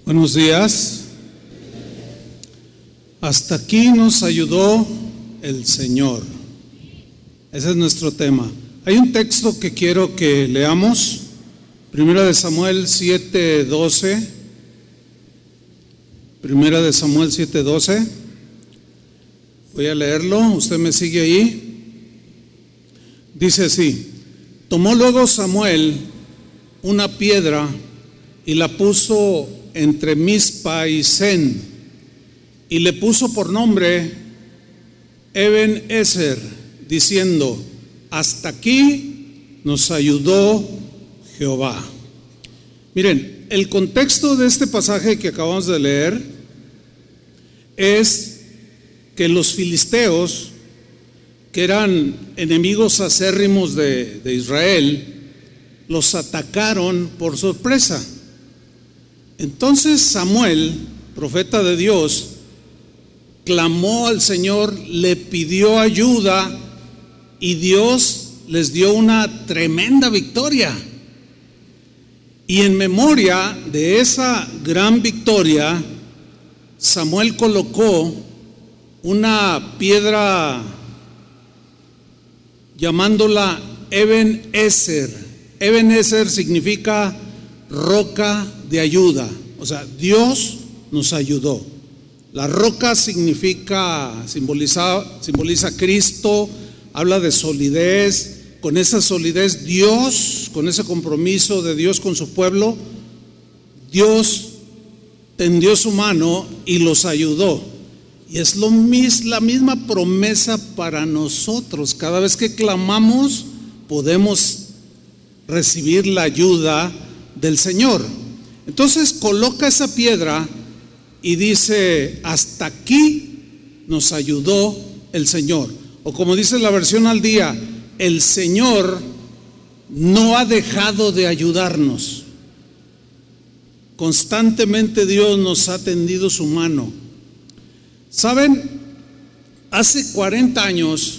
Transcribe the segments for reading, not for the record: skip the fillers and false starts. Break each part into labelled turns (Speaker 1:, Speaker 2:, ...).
Speaker 1: Buenos días. Hasta aquí nos ayudó el Señor. Ese es nuestro tema. Hay un texto que quiero que leamos. Primera de Samuel 7:12. Primera de Samuel 7:12. Voy a leerlo. Usted me sigue ahí. Dice así: tomó luego Samuel una piedra y la puso entre Mizpa y Sen, y le puso por nombre Eben-Ezer, diciendo: hasta aquí nos ayudó Jehová. Miren, el contexto de este pasaje que acabamos de leer es que los filisteos, que eran enemigos acérrimos de Israel, los atacaron por sorpresa. Entonces Samuel, profeta de Dios, clamó al Señor, le pidió ayuda y Dios les dio una tremenda victoria. Y en memoria de esa gran victoria, Samuel colocó una piedra llamándola Eben-Ezer. Eben-Ezer significa roca de ayuda, o sea, Dios nos ayudó. La roca simboliza a Cristo, habla de solidez. Con esa solidez Dios, con ese compromiso de Dios con su pueblo, Dios tendió su mano y los ayudó. Y es la misma promesa para nosotros. Cada vez que clamamos podemos recibir la ayuda del Señor. Entonces coloca esa piedra y dice: hasta aquí nos ayudó el Señor. O como dice la versión al día: el Señor no ha dejado de ayudarnos. Constantemente Dios nos ha tendido su mano. ¿Saben? Hace 40 años,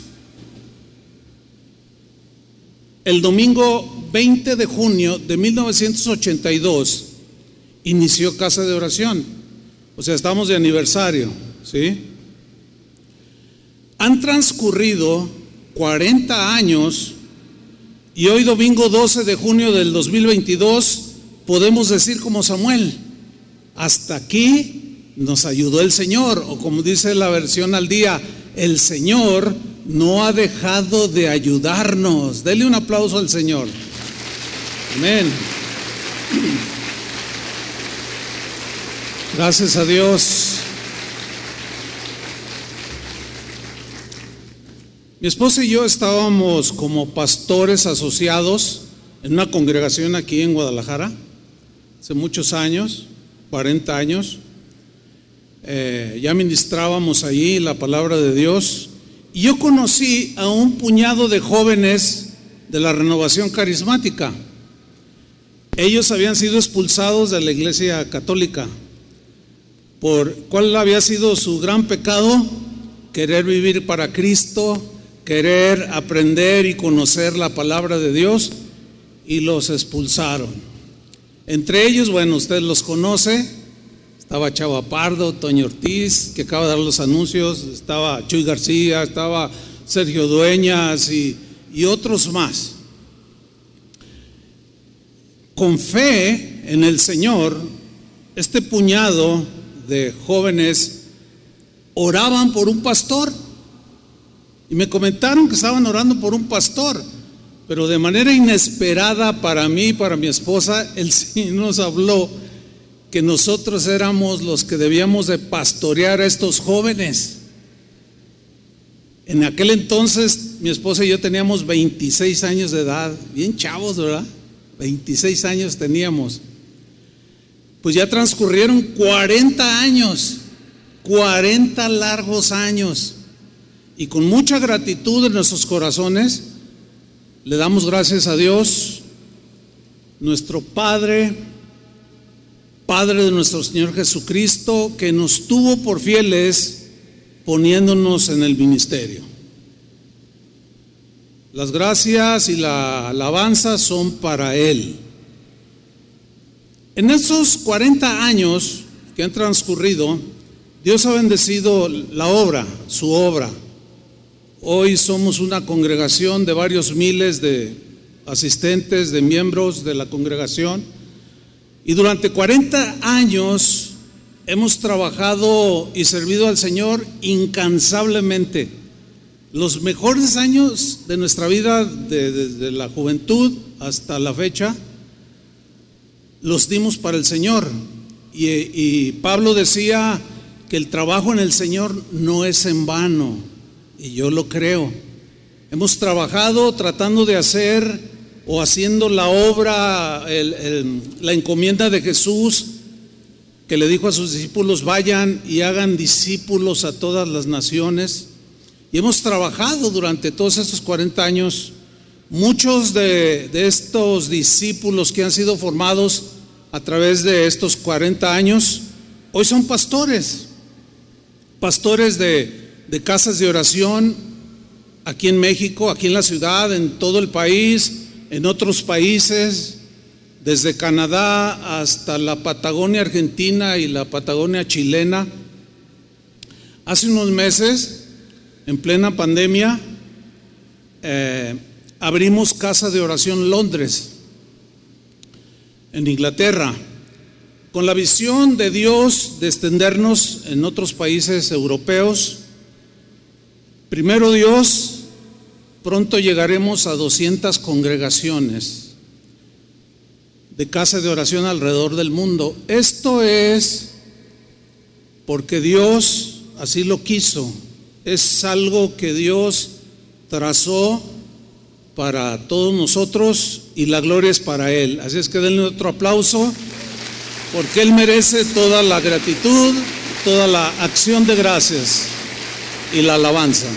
Speaker 1: el domingo 20 de junio de 1982, inició Casa de Oración. O sea, estamos de aniversario, ¿sí? Han transcurrido 40 años y hoy, domingo 12 de junio del 2022, podemos decir como Samuel: hasta aquí nos ayudó el Señor. O como dice la versión al día: el Señor no ha dejado de ayudarnos. Dele un aplauso al Señor. Amén. Gracias a Dios. Mi esposa y yo estábamos como pastores asociados en una congregación aquí en Guadalajara hace muchos años, 40 años. Ya ministrábamos allí la palabra de Dios, y yo conocí a un puñado de jóvenes de la Renovación Carismática. Ellos habían sido expulsados de la Iglesia Católica. ¿Cuál había sido su gran pecado? Querer vivir para Cristo, querer aprender y conocer la palabra de Dios, y los expulsaron. Entre ellos, bueno, usted los conoce. Estaba Chava Pardo, Toño Ortiz, que acaba de dar los anuncios, estaba Chuy García, estaba Sergio Dueñas y otros más. Con fe en el Señor, este puñado de jóvenes oraban por un pastor, y me comentaron que estaban orando por un pastor, pero de manera inesperada para mí y para mi esposa, el Señor nos habló que nosotros éramos los que debíamos de pastorear a estos jóvenes. En aquel entonces mi esposa y yo teníamos 26 años de edad, bien chavos, ¿verdad? 26 años teníamos. Pues ya transcurrieron 40 años, 40 largos años, y con mucha gratitud en nuestros corazones le damos gracias a Dios, nuestro Padre de nuestro Señor Jesucristo, que nos tuvo por fieles poniéndonos en el ministerio. Las gracias y la alabanza son para Él. En esos 40 años que han transcurrido, Dios ha bendecido la obra, su obra. Hoy somos una congregación de varios miles de asistentes, de miembros de la congregación, y durante 40 años hemos trabajado y servido al Señor incansablemente. Los mejores años de nuestra vida, desde la juventud hasta la fecha, los dimos para el Señor. Y Pablo decía que el trabajo en el Señor no es en vano, y yo lo creo. Hemos trabajado tratando de hacer o haciendo la obra, la encomienda de Jesús, que le dijo a sus discípulos: vayan y hagan discípulos a todas las naciones. Y hemos trabajado durante todos estos 40 años. Muchos de estos discípulos que han sido formados a través de estos 40 años, hoy son pastores de casas de oración, aquí en México, aquí en la ciudad, en todo el país, en otros países, desde Canadá hasta la Patagonia Argentina y la Patagonia chilena. Hace unos meses, en plena pandemia, abrimos Casa de Oración Londres, en Inglaterra, con la visión de Dios de extendernos en otros países europeos. Primero Dios, pronto llegaremos a 200 congregaciones de casa de oración alrededor del mundo. Esto es porque Dios así lo quiso. Es algo que Dios trazó para todos nosotros y la gloria es para Él. Así es que denle otro aplauso, porque Él merece toda la gratitud, toda la acción de gracias y la alabanza.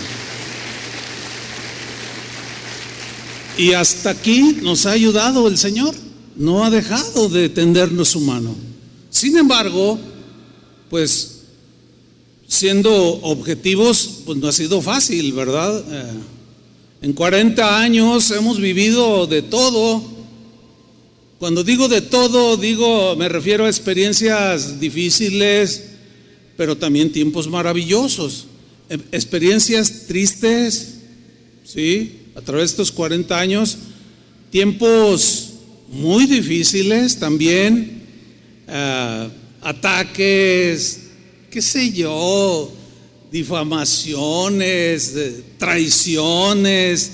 Speaker 1: Y hasta aquí nos ha ayudado el Señor, no ha dejado de tendernos su mano. Sin embargo, pues siendo objetivos, pues no ha sido fácil, ¿verdad? En 40 años hemos vivido de todo. Cuando digo de todo, me refiero a experiencias difíciles, pero también tiempos maravillosos, experiencias tristes, ¿sí? A través de estos 40 años, tiempos muy difíciles también, ataques, qué sé yo, difamaciones, traiciones,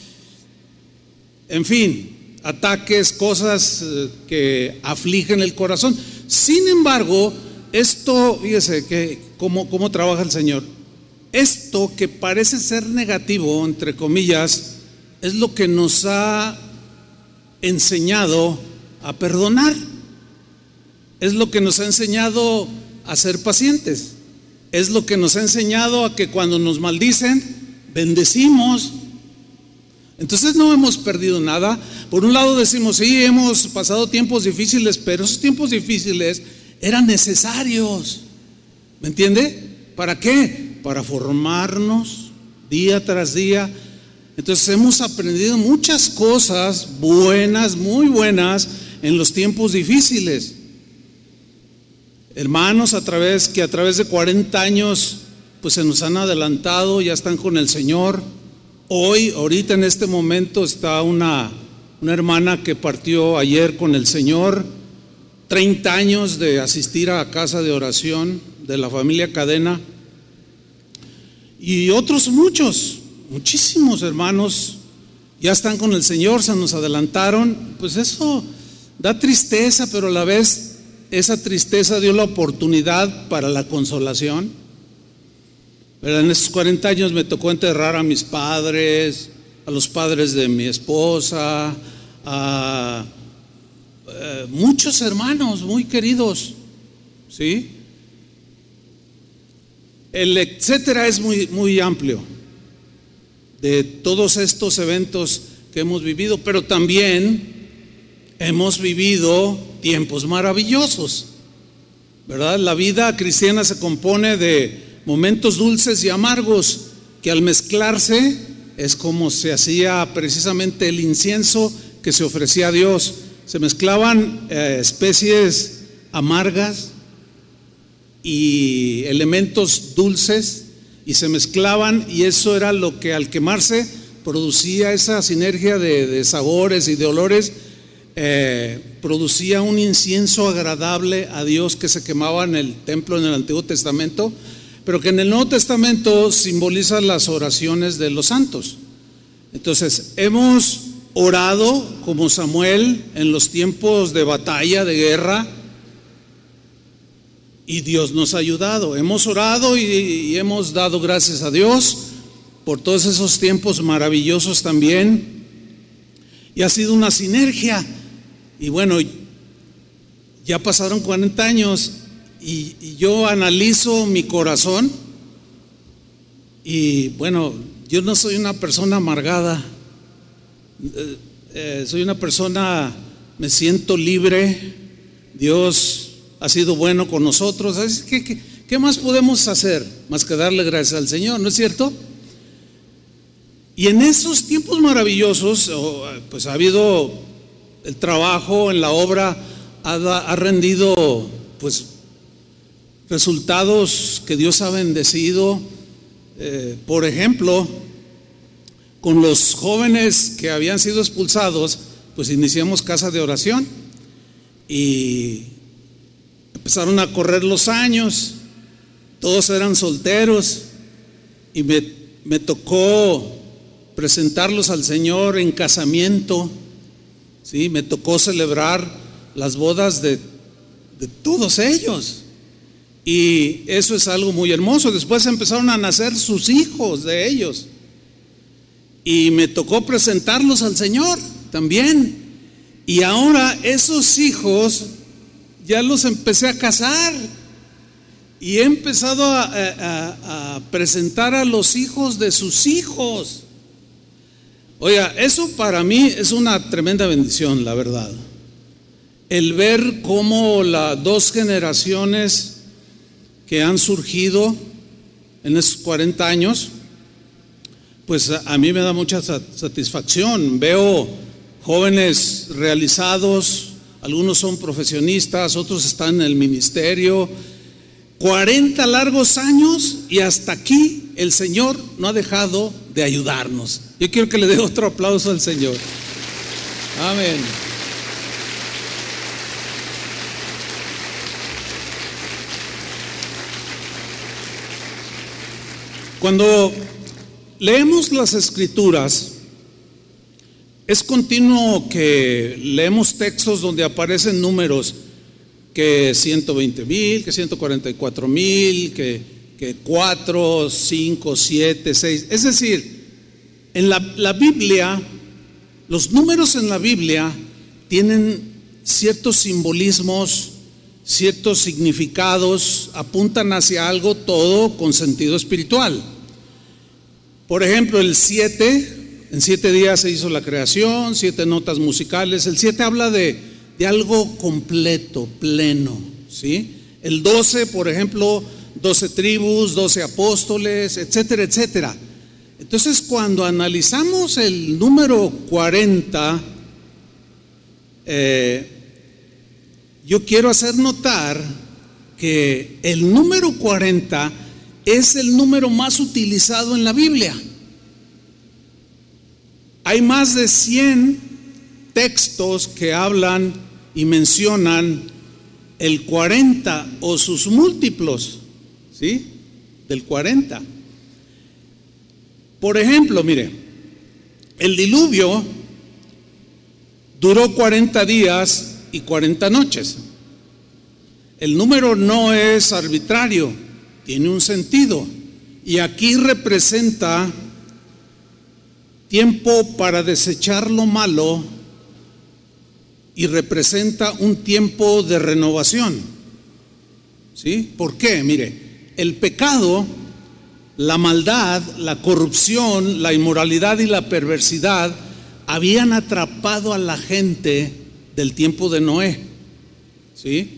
Speaker 1: en fin, ataques, cosas que afligen el corazón. Sin embargo, esto, fíjese que cómo trabaja el Señor. Esto que parece ser negativo, entre comillas, es lo que nos ha enseñado a perdonar. Es lo que nos ha enseñado a ser pacientes. Es lo que nos ha enseñado a que cuando nos maldicen, bendecimos. Entonces no hemos perdido nada. Por un lado decimos, sí, hemos pasado tiempos difíciles, pero esos tiempos difíciles eran necesarios. ¿Me entiende? ¿Para qué? Para formarnos día tras día. Entonces hemos aprendido muchas cosas buenas, muy buenas, en los tiempos difíciles. Hermanos, a través de 40 años, pues se nos han adelantado, ya están con el Señor. Ahorita en este momento está una hermana que partió ayer con el Señor, 30 años de asistir a casa de oración de la familia Cadena, y otros muchísimos hermanos ya están con el Señor, se nos adelantaron. Pues eso da tristeza, pero a la vez esa tristeza dio la oportunidad para la consolación. Pero en esos 40 años me tocó enterrar a mis padres, a los padres de mi esposa, a muchos hermanos muy queridos, ¿sí? El etcétera es muy, muy amplio de todos estos eventos que hemos vivido, pero también hemos vivido tiempos maravillosos, ¿verdad? La vida cristiana se compone de momentos dulces y amargos que al mezclarse es como se hacía precisamente el incienso que se ofrecía a Dios. se mezclaban especies amargas y elementos dulces, y se mezclaban, y eso era lo que al quemarse producía esa sinergia de sabores y de olores, producía un incienso agradable a Dios que se quemaba en el templo en el Antiguo Testamento, pero que en el Nuevo Testamento simboliza las oraciones de los santos. Entonces, hemos orado como Samuel en los tiempos de batalla, de guerra, y Dios nos ha ayudado. Hemos orado y hemos dado gracias a Dios por todos esos tiempos maravillosos también, y ha sido una sinergia. Y bueno, ya pasaron 40 años y yo analizo mi corazón, y bueno, yo no soy una persona amargada, soy una persona, me siento libre. Dios ha sido bueno con nosotros. ¿Qué más podemos hacer más que darle gracias al Señor? ¿No es cierto? Y en esos tiempos maravillosos, pues ha habido el trabajo en la obra, ha rendido pues resultados que Dios ha bendecido. Por ejemplo, con los jóvenes que habían sido expulsados, pues iniciamos casa de oración y empezaron a correr los años, todos eran solteros, y me tocó presentarlos al Señor en casamiento, ¿sí? Me tocó celebrar las bodas de todos ellos, y eso es algo muy hermoso. Después empezaron a nacer sus hijos de ellos, y me tocó presentarlos al Señor también, y ahora esos hijos ya los empecé a casar, y he empezado a presentar a los hijos de sus hijos. Oiga, eso para mí es una tremenda bendición, la verdad. El ver cómo las dos generaciones que han surgido en esos 40 años, pues a mí me da mucha satisfacción. Veo jóvenes realizados, algunos son profesionistas, otros están en el ministerio. 40 largos años, y hasta aquí el Señor no ha dejado de ayudarnos. Yo quiero que le dé otro aplauso al Señor. Amén. Cuando leemos las Escrituras, es continuo que leemos textos donde aparecen números, que 120,000, que 144,000, que 4, 5, 7, 6. Es decir, en la Biblia, los números en la Biblia tienen ciertos simbolismos, ciertos significados, apuntan hacia algo, todo con sentido espiritual. Por ejemplo, el 7, en 7 días se hizo la creación, 7 notas musicales. El 7 habla de algo completo, pleno, ¿sí? El 12, por ejemplo, 12 tribus, 12 apóstoles, etcétera, etcétera. Entonces, cuando analizamos el número 40, yo quiero hacer notar que el número 40 es el número más utilizado en la Biblia. Hay más de 100 textos que hablan y mencionan el 40 o sus múltiplos, ¿sí? Del 40. Por ejemplo, mire, el diluvio duró 40 días y 40 noches. El número no es arbitrario, tiene un sentido, y aquí representa tiempo para desechar lo malo y representa un tiempo de renovación, ¿sí? ¿Por qué? Mire, el pecado, la maldad, la corrupción, la inmoralidad y la perversidad habían atrapado a la gente del tiempo de Noé, ¿sí?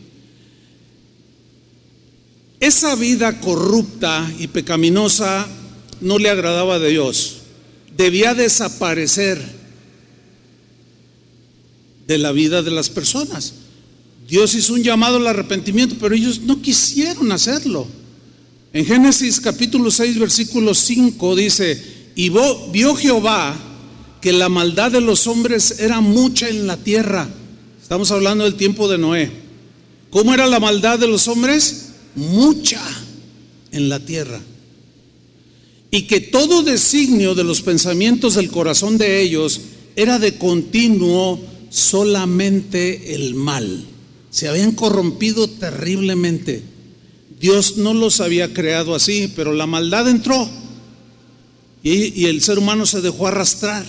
Speaker 1: Esa vida corrupta y pecaminosa no le agradaba a Dios. Debía desaparecer. de la vida de las personas. Dios hizo un llamado al arrepentimiento, pero ellos no quisieron hacerlo. En Génesis capítulo 6, versículo 5 dice: y vio Jehová que la maldad de los hombres era mucha en la tierra. Estamos hablando del tiempo de Noé. ¿Cómo era la maldad de los hombres? Mucha en la tierra. Y que todo designio de los pensamientos del corazón de ellos era de continuo solamente el mal. Se habían corrompido terriblemente. Dios no los había creado así, pero la maldad entró y el ser humano se dejó arrastrar.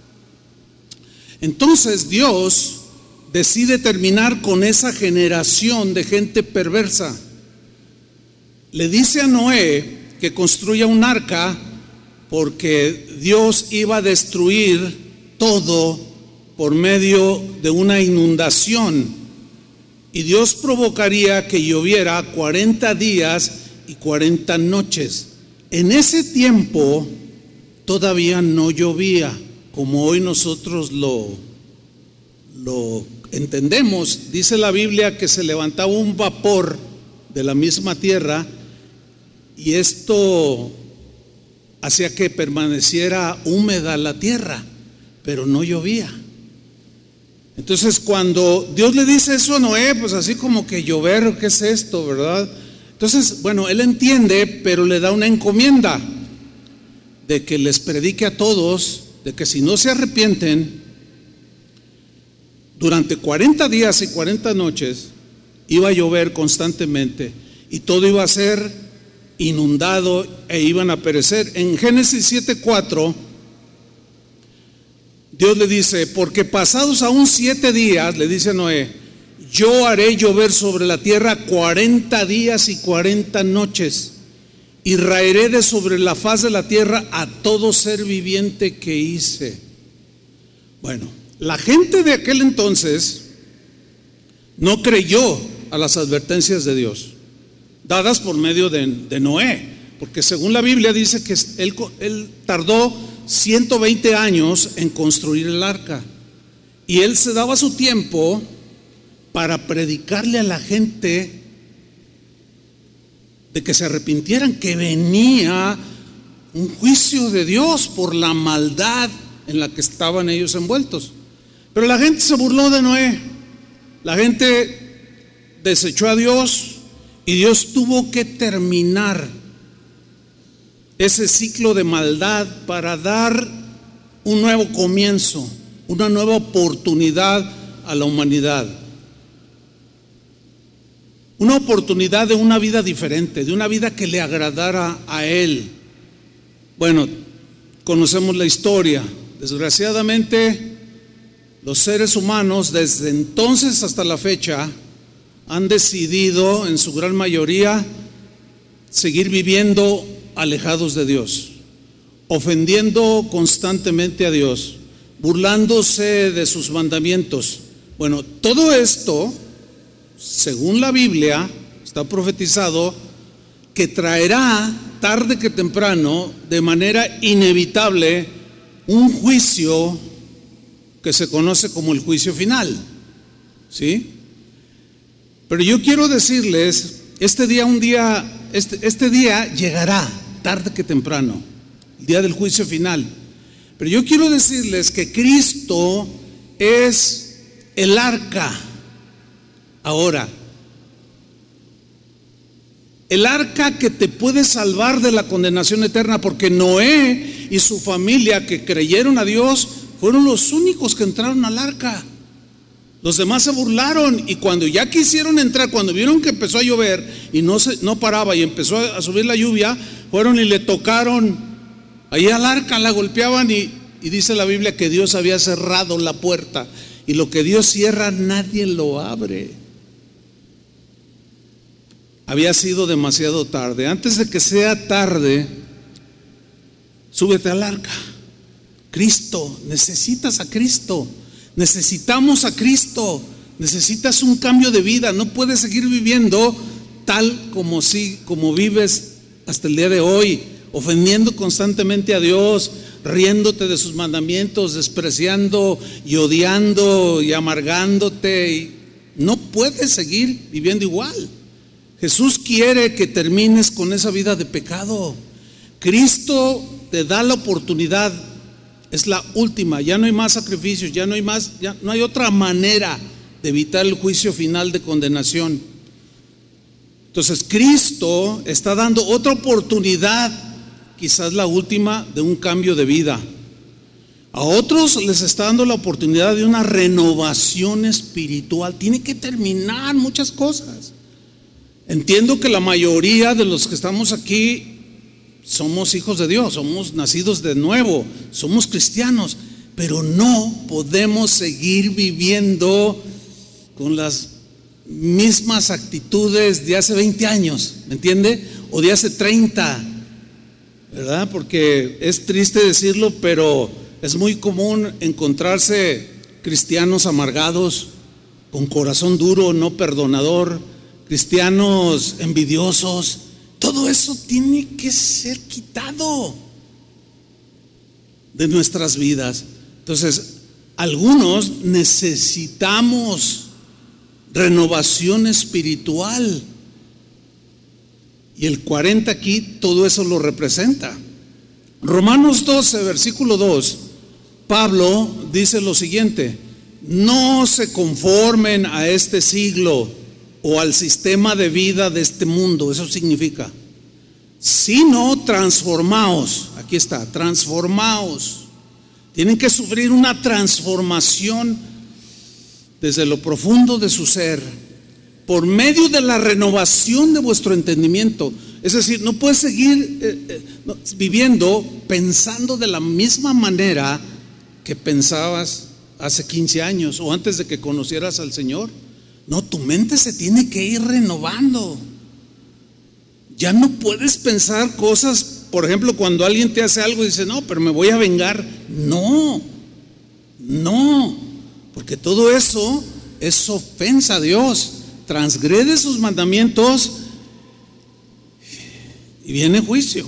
Speaker 1: Entonces Dios decide terminar con esa generación de gente perversa. Le dice a Noé que construya un arca porque Dios iba a destruir todo por medio de una inundación, y Dios provocaría que lloviera 40 días y 40 noches. En ese tiempo todavía no llovía como hoy nosotros lo entendemos. Dice la Biblia que se levantaba un vapor de la misma tierra y esto hacía que permaneciera húmeda la tierra, pero no llovía. Entonces cuando Dios le dice eso a Noé, pues así como que llover, ¿qué es esto, verdad? Entonces, bueno, él entiende, pero le da una encomienda de que les predique a todos, de que si no se arrepienten, durante 40 días y 40 noches iba a llover constantemente y todo iba a ser inundado e iban a perecer. En Génesis 7:4 Dios le dice: porque pasados aún 7 días, le dice a Noé, yo haré llover sobre la tierra 40 días y 40 noches, y raeré de sobre la faz de la tierra a todo ser viviente que hice. Bueno, la gente de aquel entonces no creyó a las advertencias de Dios dadas por medio de Noé, porque según la Biblia dice que él tardó 120 años en construir el arca, y él se daba su tiempo para predicarle a la gente de que se arrepintieran, que venía un juicio de Dios por la maldad en la que estaban ellos envueltos. Pero la gente se burló de Noé, la gente desechó a Dios, y Dios tuvo que terminar ese ciclo de maldad para dar un nuevo comienzo, una nueva oportunidad a la humanidad. Una oportunidad de una vida diferente, de una vida que le agradara a Él. Bueno, conocemos la historia. Desgraciadamente, los seres humanos desde entonces hasta la fecha han decidido, en su gran mayoría, seguir viviendo alejados de Dios, ofendiendo constantemente a Dios, burlándose de sus mandamientos. Bueno, todo esto, según la Biblia, está profetizado que traerá tarde que temprano, de manera inevitable, un juicio que se conoce como el juicio final, ¿sí? Pero yo quiero decirles, este día llegará tarde que temprano, el día del juicio final. Pero yo quiero decirles que Cristo es el arca. Ahora, el arca que te puede salvar de la condenación eterna, porque Noé y su familia que creyeron a Dios fueron los únicos que entraron al arca. Los demás se burlaron, y cuando ya quisieron entrar, cuando vieron que empezó a llover y no paraba y empezó a subir la lluvia, fueron y le tocaron ahí al arca, la golpeaban, y dice la Biblia que Dios había cerrado la puerta, y lo que Dios cierra nadie lo abre. Había sido demasiado tarde. Antes de que sea tarde, súbete al arca. Cristo, necesitas a Cristo. Necesitamos a Cristo. Necesitas un cambio de vida. No puedes seguir viviendo tal como vives hasta el día de hoy, ofendiendo constantemente a Dios, riéndote de sus mandamientos, despreciando y odiando y amargándote. Y no puedes seguir viviendo igual. Jesús quiere que termines con esa vida de pecado. Cristo te da la oportunidad, es la última, ya no hay más sacrificios, ya no hay otra manera de evitar el juicio final de condenación. Entonces Cristo está dando otra oportunidad, quizás la última, de un cambio de vida. A otros les está dando la oportunidad de una renovación espiritual. Tiene que terminar muchas cosas. Entiendo que la mayoría de los que estamos aquí somos hijos de Dios, somos nacidos de nuevo, somos cristianos, pero no podemos seguir viviendo con las mismas actitudes de hace 20 años, ¿me entiende? O de hace 30, ¿verdad? Porque es triste decirlo, pero es muy común encontrarse cristianos amargados, con corazón duro, no perdonador, cristianos envidiosos. Todo eso tiene que ser quitado de nuestras vidas. Entonces, algunos necesitamos renovación espiritual. Y el 40 aquí, todo eso lo representa. Romanos 12, versículo 2, Pablo dice lo siguiente: no se conformen a este siglo o al sistema de vida de este mundo, eso significa, sino transformaos. Aquí está, transformaos. Tienen que sufrir una transformación desde lo profundo de su ser, por medio de la renovación de vuestro entendimiento. Es decir, no puedes seguir viviendo pensando de la misma manera que pensabas hace 15 años o antes de que conocieras al Señor. No, tu mente se tiene que ir renovando. Ya no puedes pensar cosas, por ejemplo, cuando alguien te hace algo y dice, no, pero me voy a vengar. No, porque todo eso es ofensa a Dios. Transgrede sus mandamientos y viene juicio.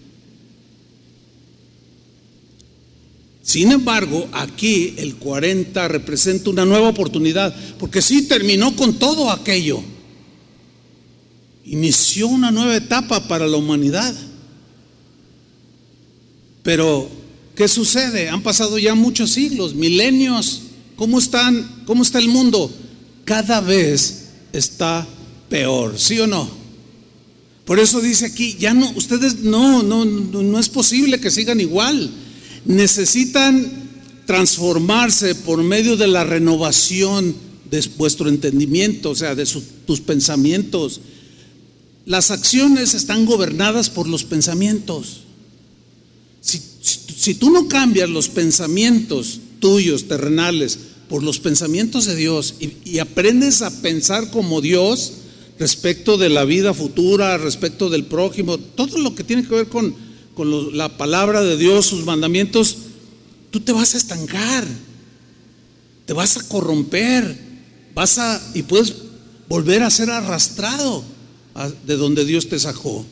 Speaker 1: Sin embargo, aquí el 40 representa una nueva oportunidad, porque sí terminó con todo aquello. Inició una nueva etapa para la humanidad. Pero, ¿qué sucede? Han pasado ya muchos siglos, milenios. ¿Cómo está el mundo? Cada vez está peor, ¿sí o no? Por eso dice aquí, ya no, ustedes no es posible que sigan igual. Necesitan transformarse por medio de la renovación de vuestro entendimiento, o sea, de tus pensamientos. Las acciones están gobernadas por los pensamientos. Si tú no cambias los pensamientos tuyos, terrenales, por los pensamientos de Dios y aprendes a pensar como Dios respecto de la vida futura, respecto del prójimo, todo lo que tiene que ver con la palabra de Dios, sus mandamientos, tú te vas a estancar, te vas a corromper, y puedes volver a ser arrastrado de donde Dios te sacó.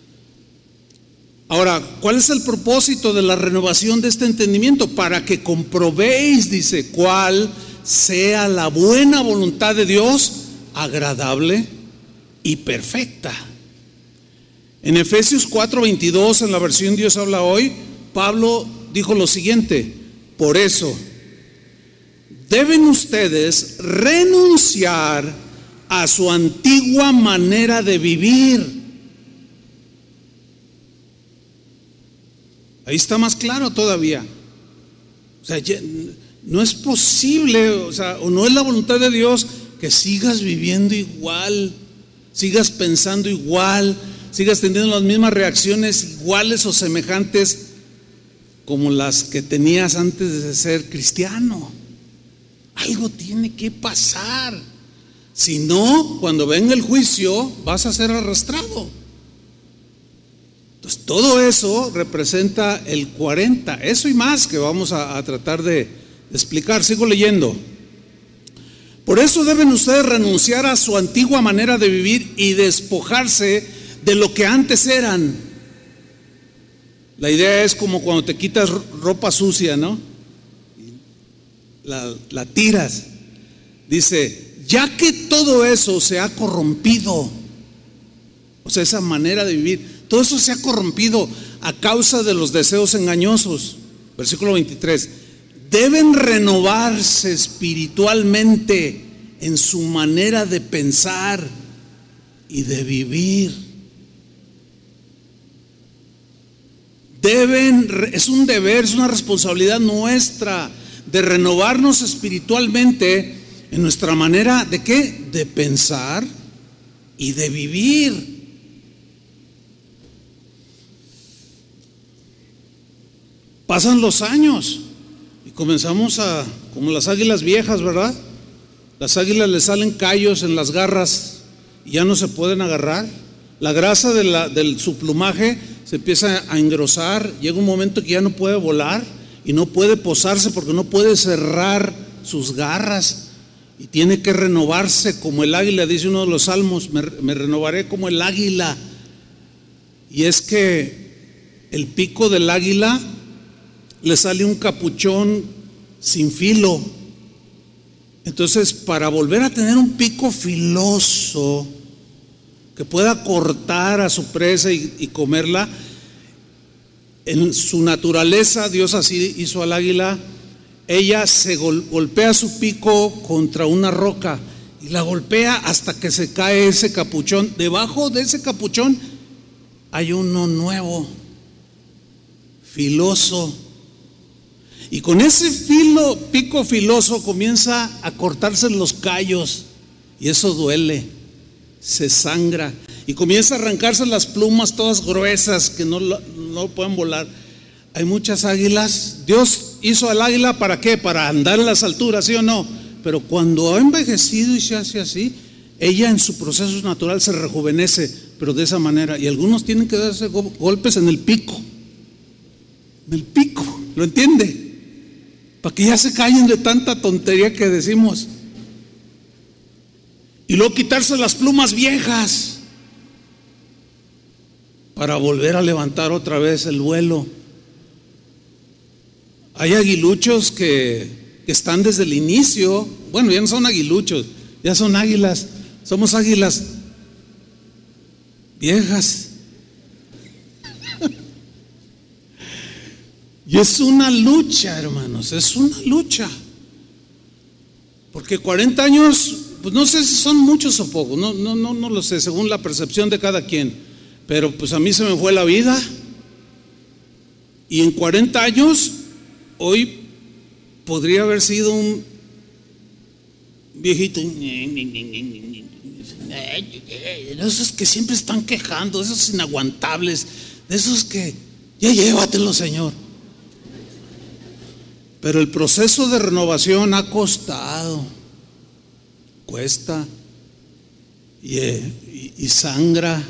Speaker 1: Ahora, ¿cuál es el propósito de la renovación de este entendimiento? Para que comprobéis, dice, cuál sea la buena voluntad de Dios, agradable y perfecta. En Efesios 4:22, en la versión Dios habla hoy, Pablo dijo lo siguiente: por eso deben ustedes renunciar a su antigua manera de vivir. Ahí está más claro todavía. O sea, no es posible, o no es la voluntad de Dios que sigas viviendo igual, sigas pensando igual, sigas teniendo las mismas reacciones iguales o semejantes como las que tenías antes de ser cristiano. Algo tiene que pasar. Si no, cuando venga el juicio, vas a ser arrastrado. Entonces, todo eso representa el 40. Eso y más que vamos a tratar de explicar. Sigo leyendo. Por eso deben ustedes renunciar a su antigua manera de vivir y despojarse de lo que antes eran. La idea es como cuando te quitas ropa sucia, ¿no? La tiras. Dice, ya que todo eso se ha corrompido, o sea, esa manera de vivir, todo eso se ha corrompido a causa de los deseos engañosos. Versículo 23, deben renovarse espiritualmente en su manera de pensar y de vivir. Es un deber, es una responsabilidad nuestra de renovarnos espiritualmente en nuestra manera ¿de qué? De pensar y de vivir. Pasan los años y comenzamos como las águilas viejas, ¿verdad? Las águilas les salen callos en las garras y ya no se pueden agarrar. La grasa de su plumaje se empieza a engrosar. Llega un momento que ya no puede volar y no puede posarse porque no puede cerrar sus garras y tiene que renovarse como el águila. Dice uno de los salmos, me renovaré como el águila. Y es que el pico del águila le sale un capuchón sin filo. Entonces, para volver a tener un pico filoso que pueda cortar a su presa y comerla, en su naturaleza Dios así hizo al águila. Ella se golpea su pico contra una roca y la golpea hasta que se cae ese capuchón. Debajo de ese capuchón hay uno nuevo, filoso. Y con ese pico filoso comienza a cortarse los callos y eso duele, se sangra y comienza a arrancarse las plumas todas gruesas que no pueden volar. Hay muchas águilas. Dios hizo al águila ¿para qué? Para andar en las alturas, ¿sí o no? Pero cuando ha envejecido y se hace así, ella en su proceso natural se rejuvenece, pero de esa manera. Y algunos tienen que darse golpes en el pico. En el pico, ¿lo entiende? Para que ya se callen de tanta tontería que decimos. Y luego quitarse las plumas viejas para volver a levantar otra vez el vuelo. Hay aguiluchos que están desde el inicio. Bueno, ya no son aguiluchos, ya son águilas. Somos águilas viejas. Y es una lucha, hermanos, es una lucha. Porque 40 años, pues no sé si son muchos o pocos, no lo sé, según la percepción de cada quien. Pero pues a mí se me fue la vida. Y en 40 años, hoy podría haber sido un viejito. De esos que siempre están quejando, de esos inaguantables, de esos que, ya llévatelo, Señor. Pero el proceso de renovación ha costado, cuesta y sangra.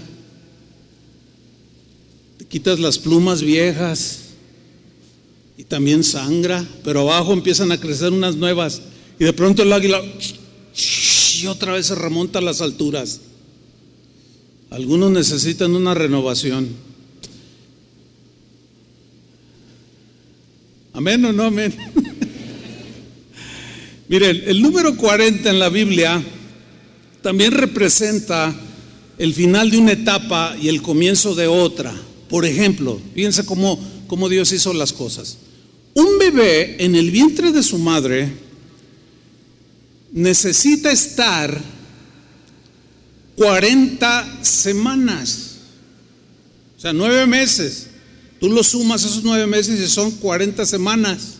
Speaker 1: Te quitas las plumas viejas y también sangra, pero abajo empiezan a crecer unas nuevas y de pronto el águila y otra vez se remonta a las alturas. Algunos necesitan una renovación. ¿Amén o no amén? Miren, el número 40 en la Biblia también representa el final de una etapa y el comienzo de otra. Por ejemplo, fíjense cómo Dios hizo las cosas. Un bebé en el vientre de su madre necesita estar 40 semanas, o sea, 9 meses. Tú lo sumas esos 9 meses y son 40 semanas.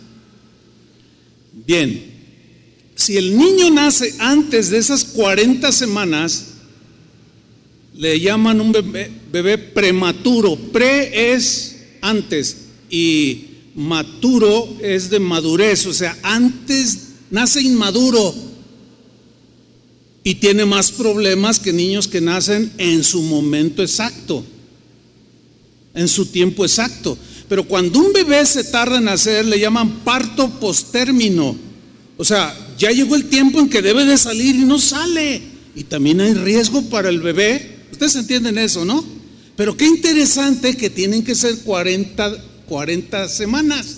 Speaker 1: Bien, si el niño nace antes de esas 40 semanas, le llaman un bebé prematuro. Pre es antes y maturo es de madurez, o sea, antes nace inmaduro y tiene más problemas que niños que nacen en su momento exacto, en su tiempo exacto. Pero cuando un bebé se tarda en nacer, le llaman parto postérmino. O sea, ya llegó el tiempo en que debe de salir y no sale. Y también hay riesgo para el bebé. Ustedes entienden eso, ¿no? Pero qué interesante que tienen que ser 40 semanas,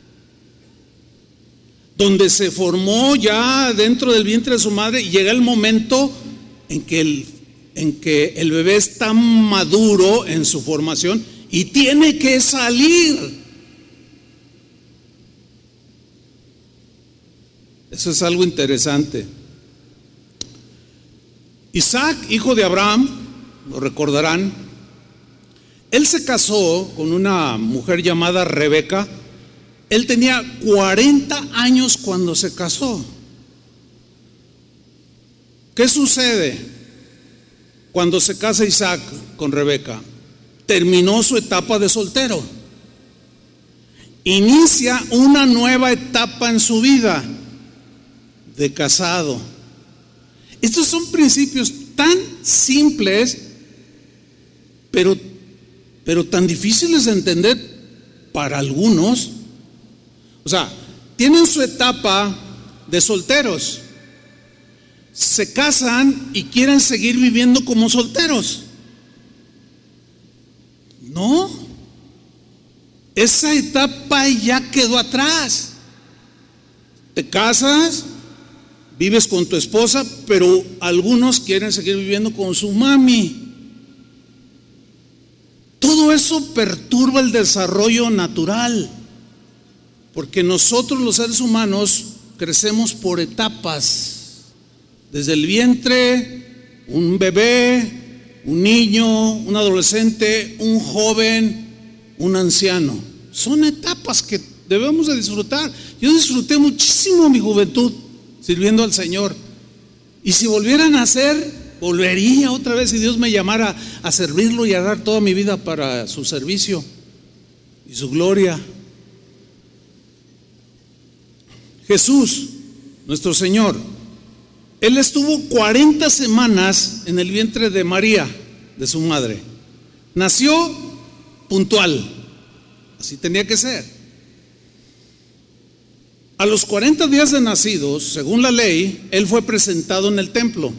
Speaker 1: donde se formó ya dentro del vientre de su madre, y llega el momento en que el bebé está maduro en su formación y tiene que salir. Eso es algo interesante. Isaac, hijo de Abraham, lo recordarán, él se casó con una mujer llamada Rebeca. Él tenía 40 años cuando se casó. ¿Qué sucede cuando se casa Isaac con Rebeca? Terminó su etapa de soltero. Inicia una nueva etapa en su vida de casado. Estos son principios tan simples, pero tan difíciles de entender para algunos. O sea, tienen su etapa de solteros, se casan y quieren seguir viviendo como solteros. No, esa etapa ya quedó atrás. Te casas, vives con tu esposa, pero algunos quieren seguir viviendo con su mami. Todo eso perturba el desarrollo natural, porque nosotros los seres humanos crecemos por etapas. Desde el vientre, un bebé, un niño, un adolescente, un joven, un anciano. Son etapas que debemos de disfrutar. Yo disfruté muchísimo mi juventud sirviendo al Señor, y si volviera a nacer, volvería otra vez si Dios me llamara a servirlo y a dar toda mi vida para su servicio y su gloria. Jesús, nuestro Señor, Él estuvo 40 semanas en el vientre de María, de su madre. Nació puntual, así tenía que ser. A los 40 días de nacidos, según la ley, Él fue presentado en el templo.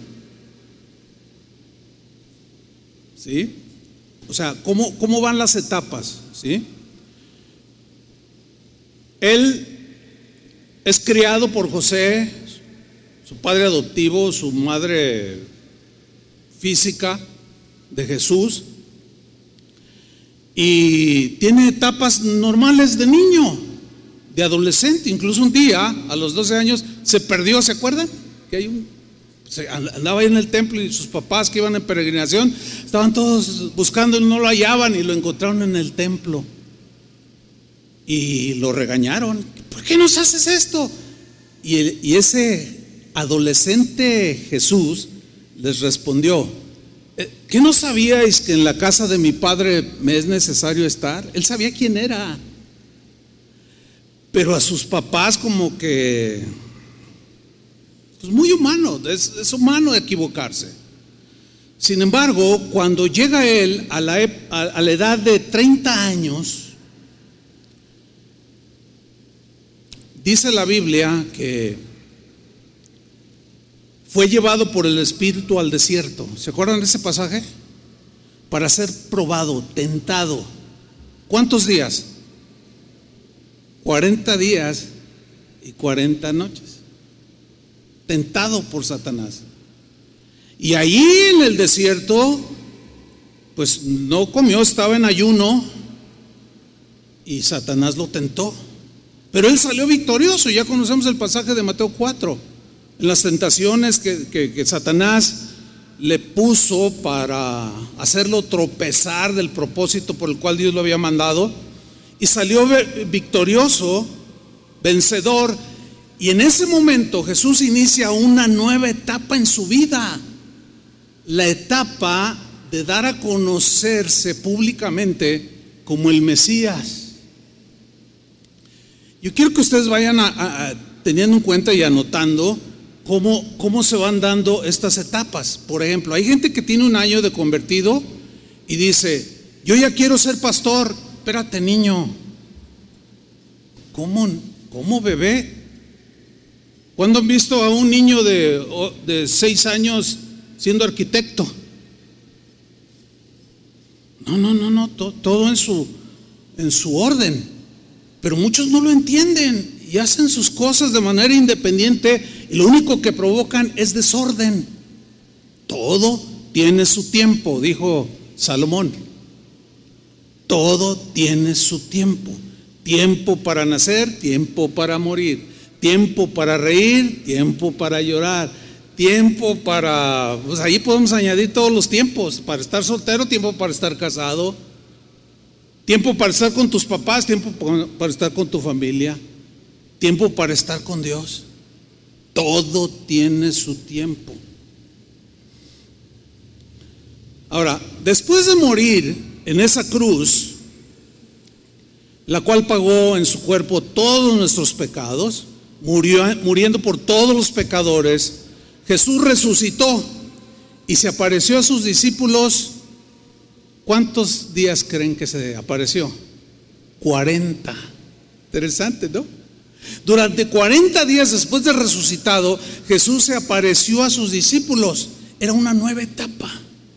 Speaker 1: ¿Sí? O sea, ¿cómo van las etapas? ¿Sí? Él es criado por José, su padre adoptivo, su madre física de Jesús, y tiene etapas normales de niño, de adolescente. Incluso un día, a los 12 años, se perdió. ¿Se acuerdan? Que andaba ahí en el templo, y sus papás que iban en peregrinación estaban todos buscando y no lo hallaban, y lo encontraron en el templo y lo regañaron. ¿Por qué nos haces esto? Y ese adolescente Jesús les respondió: ¿qué no sabíais que en la casa de mi padre me es necesario estar? Él sabía quién era, pero a sus papás como que, pues muy humano, es humano equivocarse. Sin embargo, cuando llega él a la edad de 30 años, dice la Biblia que fue llevado por el Espíritu al desierto. ¿Se acuerdan de ese pasaje? Para ser probado, tentado. ¿Cuántos días? 40 días y 40 noches. Tentado por Satanás. Y ahí en el desierto, pues no comió, estaba en ayuno, y Satanás lo tentó. Pero él salió victorioso. Ya conocemos el pasaje de Mateo 4, en las tentaciones que Satanás le puso para hacerlo tropezar del propósito por el cual Dios lo había mandado, y salió victorioso, vencedor. Y en ese momento Jesús inicia una nueva etapa en su vida, la etapa de dar a conocerse públicamente como el Mesías. Yo quiero que ustedes vayan teniendo en cuenta y anotando cómo se van dando estas etapas. Por ejemplo, hay gente que tiene un año de convertido y dice: yo ya quiero ser pastor. Espérate, niño. ¿Cómo bebé? ¿Cuándo han visto a un niño de 6 años siendo arquitecto? No, todo en su orden. Pero muchos no lo entienden y hacen sus cosas de manera independiente y lo único que provocan es desorden. Todo tiene su tiempo, dijo Salomón. Todo tiene su tiempo. Tiempo para nacer, tiempo para morir. Tiempo para reír, tiempo para llorar. Tiempo para, pues ahí podemos añadir todos los tiempos. Para estar soltero, tiempo para estar casado. Tiempo para estar con tus papás, tiempo para estar con tu familia. Tiempo para estar con Dios. Todo tiene su tiempo. Ahora, después de morir en esa cruz, la cual pagó en su cuerpo todos nuestros pecados, muriendo por todos los pecadores, Jesús resucitó y se apareció a sus discípulos. ¿Cuántos días creen que se apareció? 40. Interesante, ¿no? Durante 40 días después de resucitado, Jesús se apareció a sus discípulos. Era una nueva etapa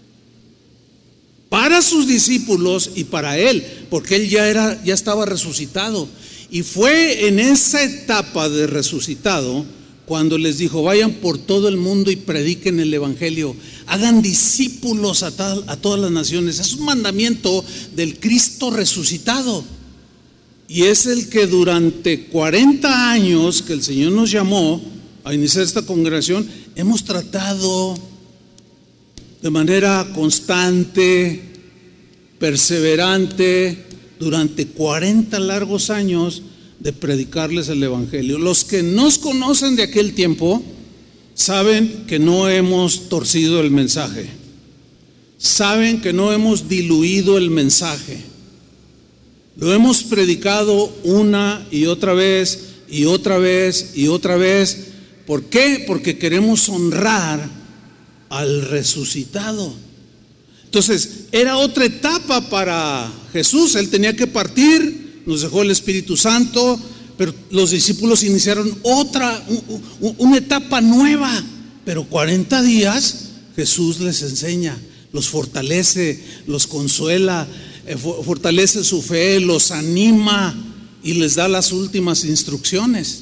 Speaker 1: para sus discípulos y para él, porque él ya estaba resucitado. Y fue en esa etapa de resucitado cuando les dijo: vayan por todo el mundo y prediquen el evangelio, hagan discípulos a todas las naciones. Es un mandamiento del Cristo resucitado, y es el que durante 40 años que el Señor nos llamó a iniciar esta congregación, hemos tratado de manera constante, perseverante, durante 40 largos años, de predicarles el evangelio. Los que nos conocen de aquel tiempo saben que no hemos torcido el mensaje, saben que no hemos diluido el mensaje. Lo hemos predicado una y otra vez y otra vez y otra vez. ¿Por qué? Porque queremos honrar al resucitado. Entonces, era otra etapa para Jesús. Él tenía que partir, nos dejó el Espíritu Santo, pero los discípulos iniciaron una etapa nueva. Pero 40 días Jesús les enseña, los fortalece, los consuela, fortalece su fe, los anima y les da las últimas instrucciones.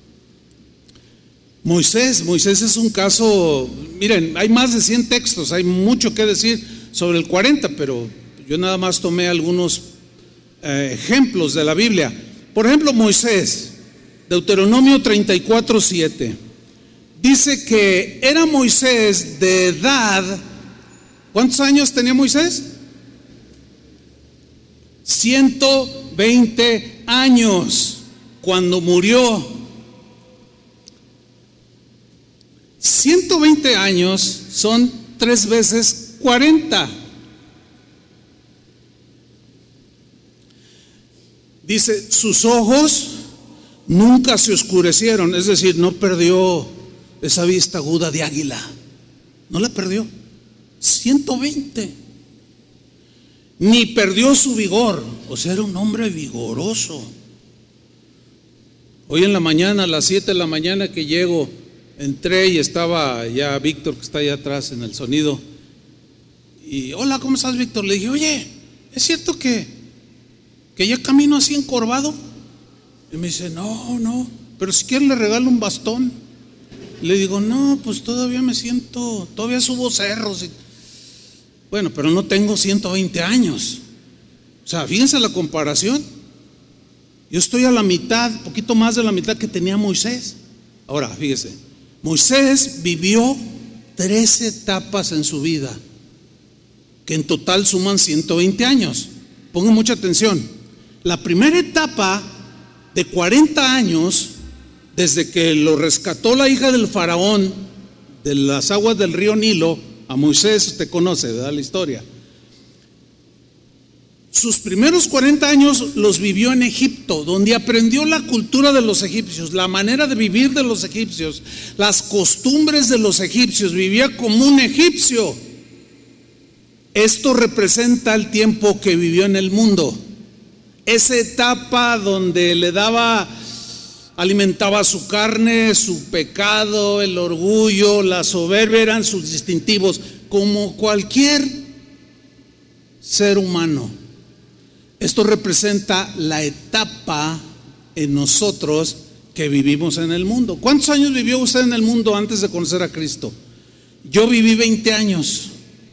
Speaker 1: Moisés es un caso. Miren, hay más de 100 textos, hay mucho que decir sobre el 40, pero yo nada más tomé algunos ejemplos de la Biblia. Por ejemplo, Moisés, Deuteronomio 34:7, dice que era Moisés de edad. ¿Cuántos años tenía Moisés? 120 años cuando murió. 120 años son 3 veces 40. Dice, sus ojos nunca se oscurecieron, es decir, no perdió esa vista aguda de águila, no la perdió. 120. Ni perdió su vigor, o sea, era un hombre vigoroso. Hoy en la mañana, a las 7 de la mañana que llego, entré y estaba ya Víctor, que está allá atrás en el sonido. Y hola, ¿cómo estás, Víctor? Le dije, oye, ¿es cierto que ya camino así encorvado? Y me dice, no, pero si quieres le regalo un bastón. Le digo, no, pues todavía subo cerros. Bueno, pero no tengo 120 años. O sea, fíjense la comparación. Yo estoy a la mitad, poquito más de la mitad que tenía Moisés. Ahora, fíjese, Moisés vivió 13 etapas en su vida, que en total suman 120 años. Pongan mucha atención. La primera etapa de 40 años, desde que lo rescató la hija del faraón de las aguas del río Nilo, a Moisés, usted conoce, ¿verdad?, la historia. Sus primeros 40 años los vivió en Egipto, donde aprendió la cultura de los egipcios, la manera de vivir de los egipcios, las costumbres de los egipcios. Vivía como un egipcio. Esto representa el tiempo que vivió en el mundo. Esa etapa donde alimentaba su carne, su pecado, el orgullo, la soberbia, eran sus distintivos, como cualquier ser humano. Esto representa la etapa en nosotros que vivimos en el mundo. ¿Cuántos años vivió usted en el mundo antes de conocer a Cristo? Yo viví 20 años.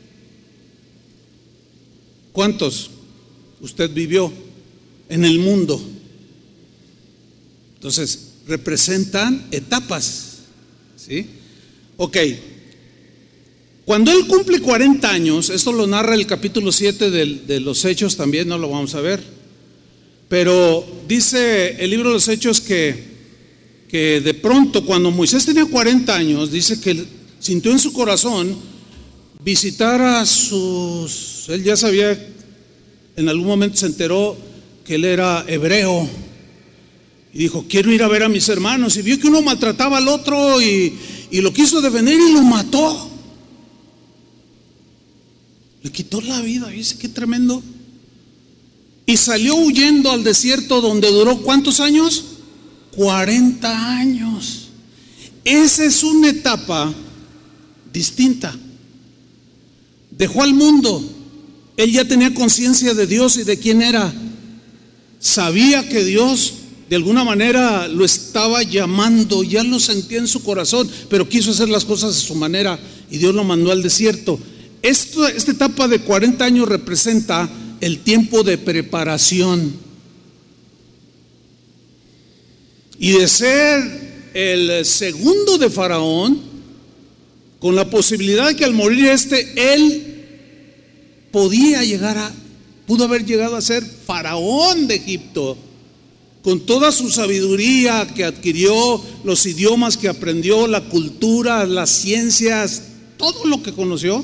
Speaker 1: ¿Cuántos usted vivió en el mundo? Entonces, representan etapas, ¿sí? Ok. Cuando él cumple 40 años, esto lo narra el capítulo 7 de los Hechos también, no lo vamos a ver, pero dice el libro de los Hechos que de pronto cuando Moisés tenía 40 años, dice que sintió en su corazón visitar a sus, él ya sabía, en algún momento se enteró que él era hebreo y dijo, quiero ir a ver a mis hermanos, y vio que uno maltrataba al otro y lo quiso defender y lo mató. Le quitó la vida, dice, qué tremendo. Y salió huyendo al desierto donde duró ¿cuántos años? 40 años. Esa es una etapa distinta. Dejó al mundo. Él ya tenía conciencia de Dios y de quién era. Sabía que Dios de alguna manera lo estaba llamando, ya lo sentía en su corazón, pero quiso hacer las cosas a su manera y Dios lo mandó al desierto. Esta etapa de 40 años representa el tiempo de preparación. Y de ser el segundo de Faraón, con la posibilidad de que al morir él pudo haber llegado a ser faraón de Egipto, con toda su sabiduría que adquirió, los idiomas que aprendió, la cultura, las ciencias, todo lo que conoció.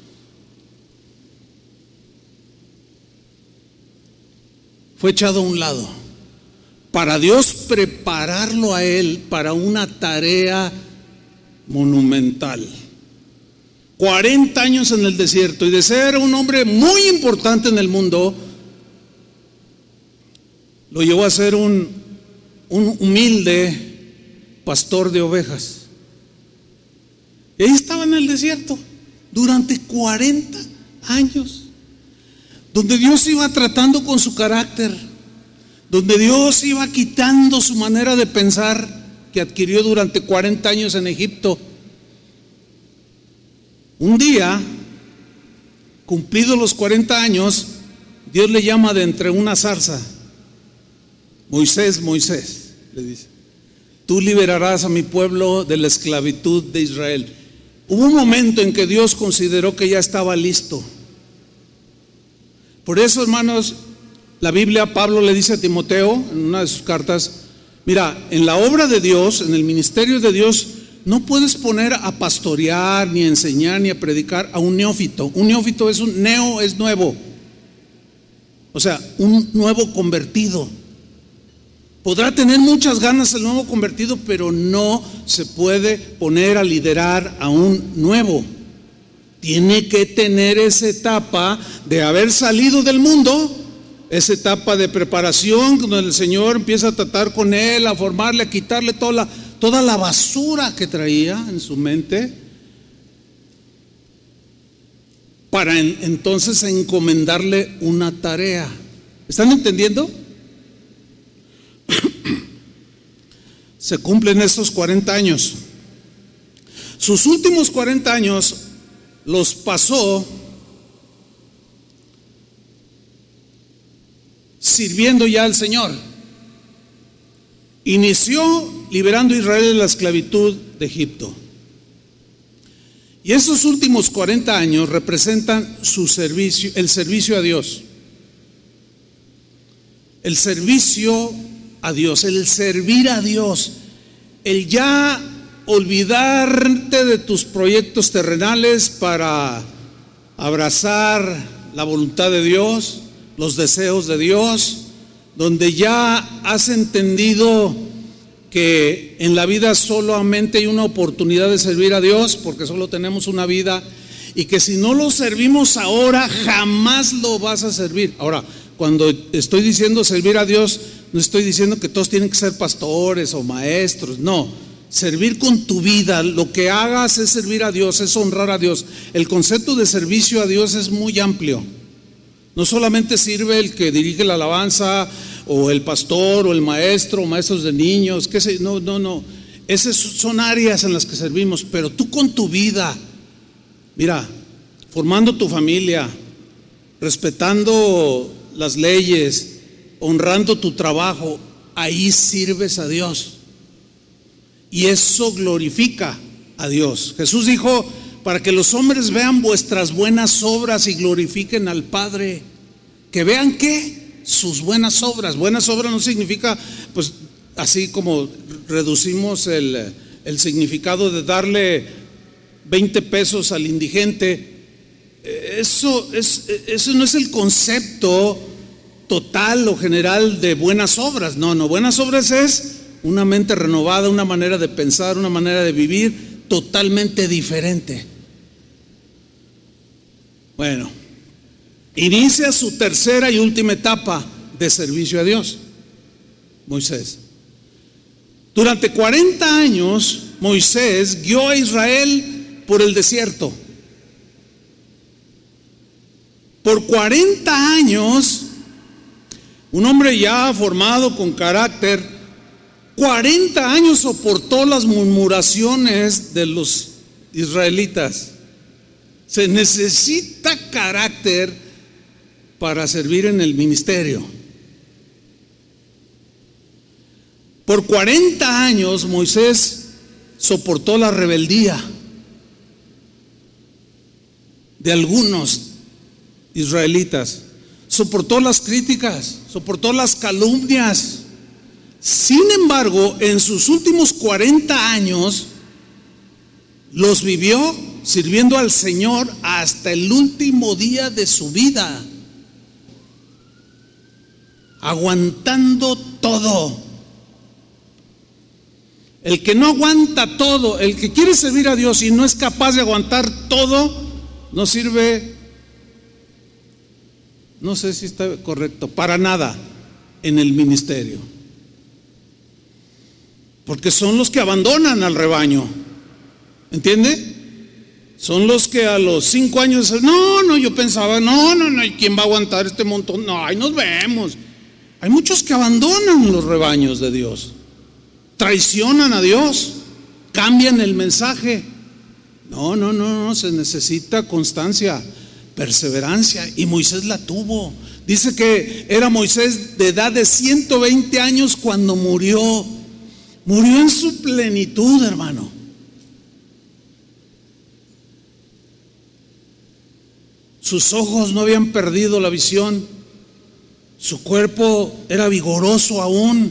Speaker 1: Fue echado a un lado para Dios prepararlo a él para una tarea monumental. 40 años en el desierto, y de ser un hombre muy importante en el mundo, lo llevó a ser un humilde pastor de ovejas. Y ahí estaba en el desierto durante 40 años. Donde Dios iba tratando con su carácter, donde Dios iba quitando su manera de pensar que adquirió durante 40 años en Egipto. Un día, cumplidos los 40 años, Dios le llama de entre una zarza. Moisés, Moisés, le dice, tú liberarás a mi pueblo de la esclavitud de Israel. Hubo un momento en que Dios consideró que ya estaba listo. Por eso, hermanos, la Biblia, Pablo le dice a Timoteo en una de sus cartas, mira, en la obra de Dios, en el ministerio de Dios, no puedes poner a pastorear, ni a enseñar, ni a predicar a un neófito. Un neófito es es nuevo. O sea, un nuevo convertido. Podrá tener muchas ganas el nuevo convertido, pero no se puede poner a liderar a un nuevo. Tiene que tener esa etapa de haber salido del mundo, esa etapa de preparación, donde el Señor empieza a tratar con él, a formarle, a quitarle toda la basura que traía en su mente, para entonces encomendarle una tarea. ¿Están entendiendo? Se cumplen estos 40 años. Sus últimos 40 años los pasó sirviendo ya al Señor. Inició liberando a Israel de la esclavitud de Egipto. Y esos últimos 40 años representan su servicio, el servicio a Dios. El servicio a Dios, el servir a Dios, el ya olvidarte de tus proyectos terrenales para abrazar la voluntad de Dios, los deseos de Dios, donde ya has entendido que en la vida solamente hay una oportunidad de servir a Dios, porque solo tenemos una vida, y que si no lo servimos ahora, jamás lo vas a servir. Ahora, cuando estoy diciendo servir a Dios, no estoy diciendo que todos tienen que ser pastores o maestros, no. Servir con tu vida, lo que hagas es servir a Dios, es honrar a Dios. El concepto de servicio a Dios es muy amplio. No solamente sirve el que dirige la alabanza, o el pastor, o el maestro, o maestros de niños, qué sé, no. Esas son áreas en las que servimos, pero tú con tu vida, mira, formando tu familia, respetando las leyes, honrando tu trabajo, ahí sirves a Dios. Y eso glorifica a Dios. Jesús dijo: para que los hombres vean vuestras buenas obras y glorifiquen al Padre. ¿Que vean qué? Sus buenas obras. Buenas obras no significa, pues, así como reducimos el significado de darle 20 pesos al indigente. Eso no es el concepto total o general de buenas obras. No, buenas obras es una mente renovada, una manera de pensar, una manera de vivir totalmente diferente. Bueno, inicia su tercera y última etapa de servicio a Dios, Moisés. Durante 40 años, Moisés guió a Israel por el desierto. Por 40 años, un hombre ya formado con carácter, 40 años soportó las murmuraciones de los israelitas. Se necesita carácter para servir en el ministerio. Por 40 años Moisés soportó la rebeldía de algunos israelitas, soportó las críticas, soportó las calumnias. Sin embargo, en sus últimos 40 años los vivió sirviendo al Señor hasta el último día de su vida, aguantando todo. El que no aguanta todo, el que quiere servir a Dios y no es capaz de aguantar todo, no sirve, no sé si está correcto, para nada en el ministerio. Porque son los que abandonan al rebaño, ¿entiende? Son los que a los 5 años, yo pensaba, no, ¿quién va a aguantar este montón? No, ahí nos vemos. Hay muchos que abandonan los rebaños de Dios, traicionan a Dios, cambian el mensaje. No, se necesita constancia, perseverancia, y Moisés la tuvo. Dice que era Moisés de edad de 120 años cuando murió en su plenitud, hermano. Sus ojos no habían perdido la visión, su cuerpo era vigoroso aún.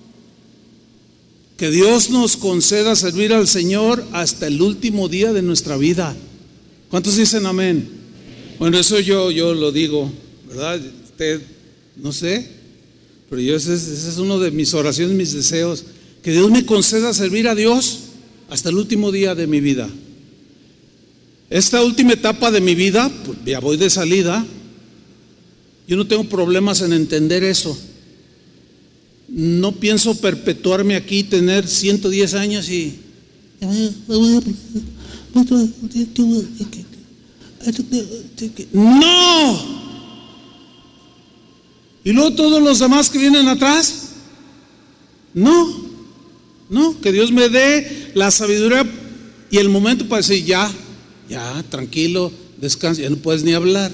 Speaker 1: Que Dios nos conceda servir al Señor hasta el último día de nuestra vida. ¿Cuántos dicen amén? Bueno, eso yo lo digo, ¿verdad? Usted, no sé, pero ese es uno de mis oraciones, mis deseos. Que Dios me conceda servir a Dios hasta el último día de mi vida. Esta última etapa de mi vida, pues ya voy de salida. Yo no tengo problemas en entender eso. No pienso perpetuarme aquí, tener 110 años y... ¡No! Y luego todos los demás que vienen atrás. No, que Dios me dé la sabiduría y el momento para decir ya, tranquilo, descansa, ya no puedes ni hablar.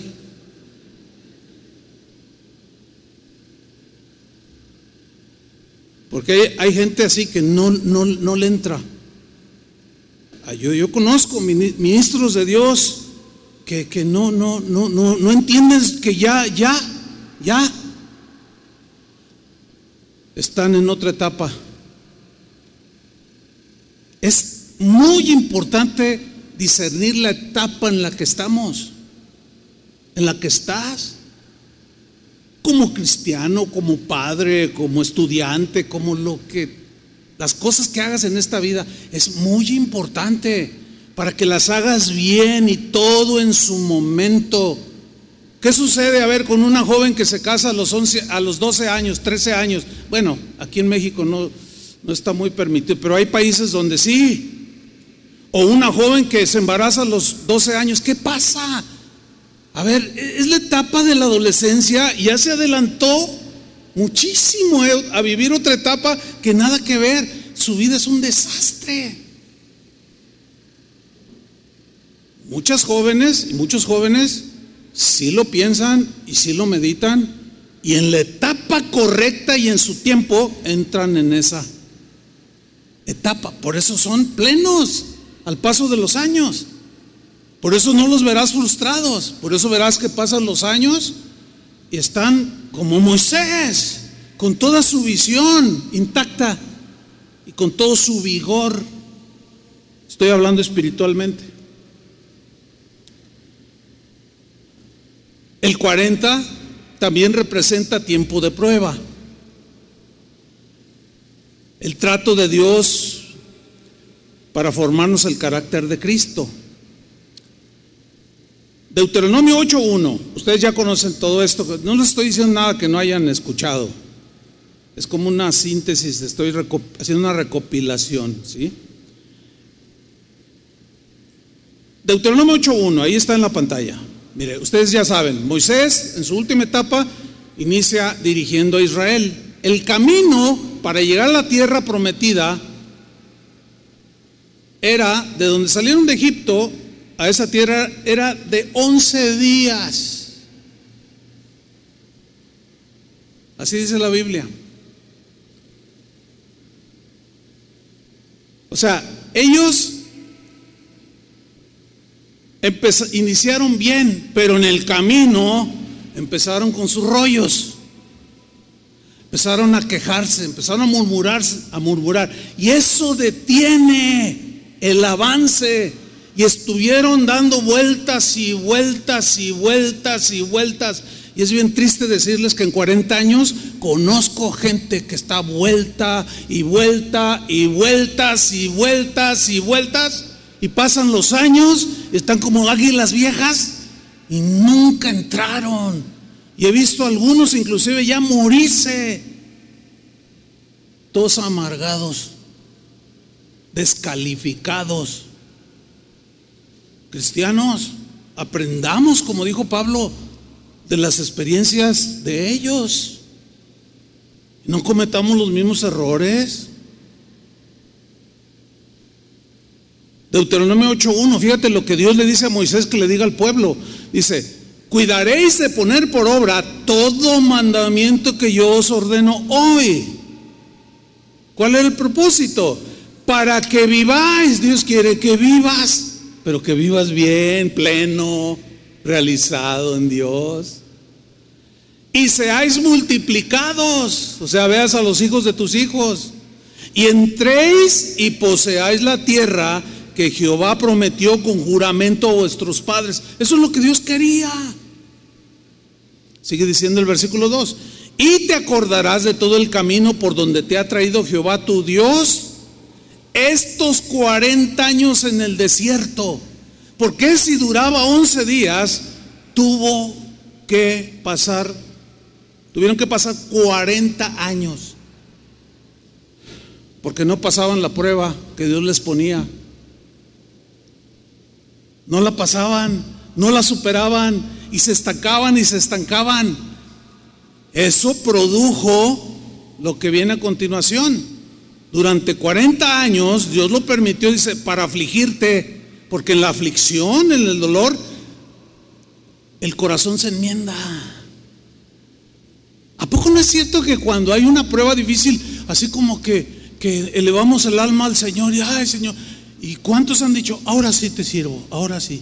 Speaker 1: Porque hay gente así que no le entra. Yo conozco ministros de Dios que no entienden que ya están en otra etapa. Es muy importante discernir la etapa en la que estamos, en la que estás, como cristiano, como padre, como estudiante, las cosas que hagas en esta vida es muy importante para que las hagas bien y todo en su momento. ¿Qué sucede, con una joven que se casa a los 12 años, 13 años? Bueno, aquí en México no está muy permitido, pero hay países donde sí. O una joven que se embaraza a los 12 años, ¿qué pasa? A ver, es la etapa de la adolescencia y ya se adelantó muchísimo a vivir otra etapa que nada que ver. Su vida es un desastre. Muchas jóvenes y muchos jóvenes sí lo piensan y sí lo meditan, y en la etapa correcta y en su tiempo entran en esa etapa. Por eso son plenos al paso de los años. Por eso no los verás frustrados. Por eso verás que pasan los años y están como Moisés, con toda su visión intacta y con todo su vigor. Estoy hablando espiritualmente. El 40 también representa tiempo de prueba. El trato de Dios para formarnos el carácter de Cristo. Deuteronomio 8:1. Ustedes ya conocen todo esto. No les estoy diciendo nada que no hayan escuchado. Es como una síntesis. Estoy haciendo una recopilación, ¿sí? Deuteronomio 8:1. Ahí está en la pantalla. Mire, ustedes ya saben, Moisés en su última etapa inicia dirigiendo a Israel. El camino para llegar a la tierra prometida era, de donde salieron de Egipto a esa tierra, era de 11 días. Así dice la Biblia. O sea, ellos iniciaron bien, pero en el camino empezaron con sus rollos. Empezaron a quejarse, empezaron a murmurar, y eso detiene el avance. Y estuvieron dando vueltas y vueltas y vueltas y vueltas. Y es bien triste decirles que en 40 años conozco gente que está vuelta y vuelta y vueltas y vueltas y vueltas. Y pasan los años, están como águilas viejas y nunca entraron. Y he visto a algunos inclusive ya morirse, todos amargados, descalificados. Cristianos, aprendamos, como dijo Pablo, de las experiencias de ellos. No cometamos los mismos errores. Deuteronomio 8:1, fíjate lo que Dios le dice a Moisés que le diga al pueblo. Dice: cuidaréis de poner por obra todo mandamiento que yo os ordeno hoy. ¿Cuál es el propósito? Para que viváis. Dios quiere que vivas, pero que vivas bien, pleno, realizado en Dios. Y seáis multiplicados, o sea, veas a los hijos de tus hijos. Y entréis y poseáis la tierra que Jehová prometió con juramento a vuestros padres. Eso es lo que Dios quería. Sigue diciendo el versículo 2: y te acordarás de todo el camino por donde te ha traído Jehová tu Dios estos 40 años en el desierto. Porque si duraba 11 días, tuvieron que pasar 40 años. Porque no pasaban la prueba que Dios les ponía. No la pasaban, no la superaban, y se estancaban y se estancaban. Eso produjo lo que viene a continuación. Durante 40 años Dios lo permitió, dice, para afligirte, porque en la aflicción, en el dolor, el corazón se enmienda. ¿A poco no es cierto que cuando hay una prueba difícil, así como que elevamos el alma al Señor y ay, Señor, ¿y cuántos han dicho, ahora sí te sirvo, ahora sí?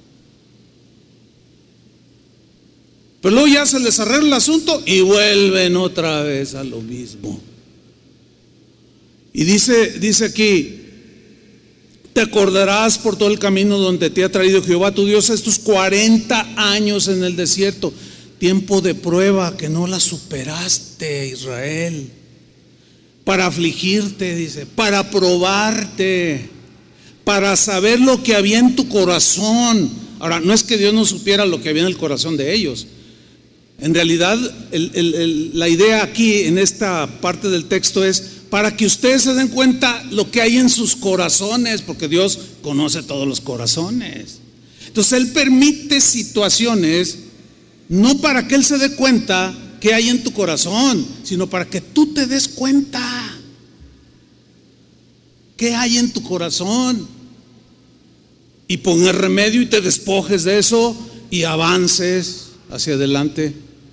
Speaker 1: Pero luego ya se les arregla el asunto y vuelven otra vez a lo mismo. Y dice aquí: te acordarás por todo el camino donde te ha traído Jehová tu Dios estos 40 años en el desierto. Tiempo de prueba que no la superaste, Israel. Para afligirte, dice, para probarte, para saber lo que había en tu corazón. Ahora, no es que Dios no supiera lo que había en el corazón de ellos. En realidad, la idea aquí en esta parte del texto es para que ustedes se den cuenta lo que hay en sus corazones, porque Dios conoce todos los corazones. Entonces Él permite situaciones no para que Él se dé cuenta qué hay en tu corazón, sino para que tú te des cuenta qué hay en tu corazón y pongas remedio y te despojes de eso y avances hacia adelante.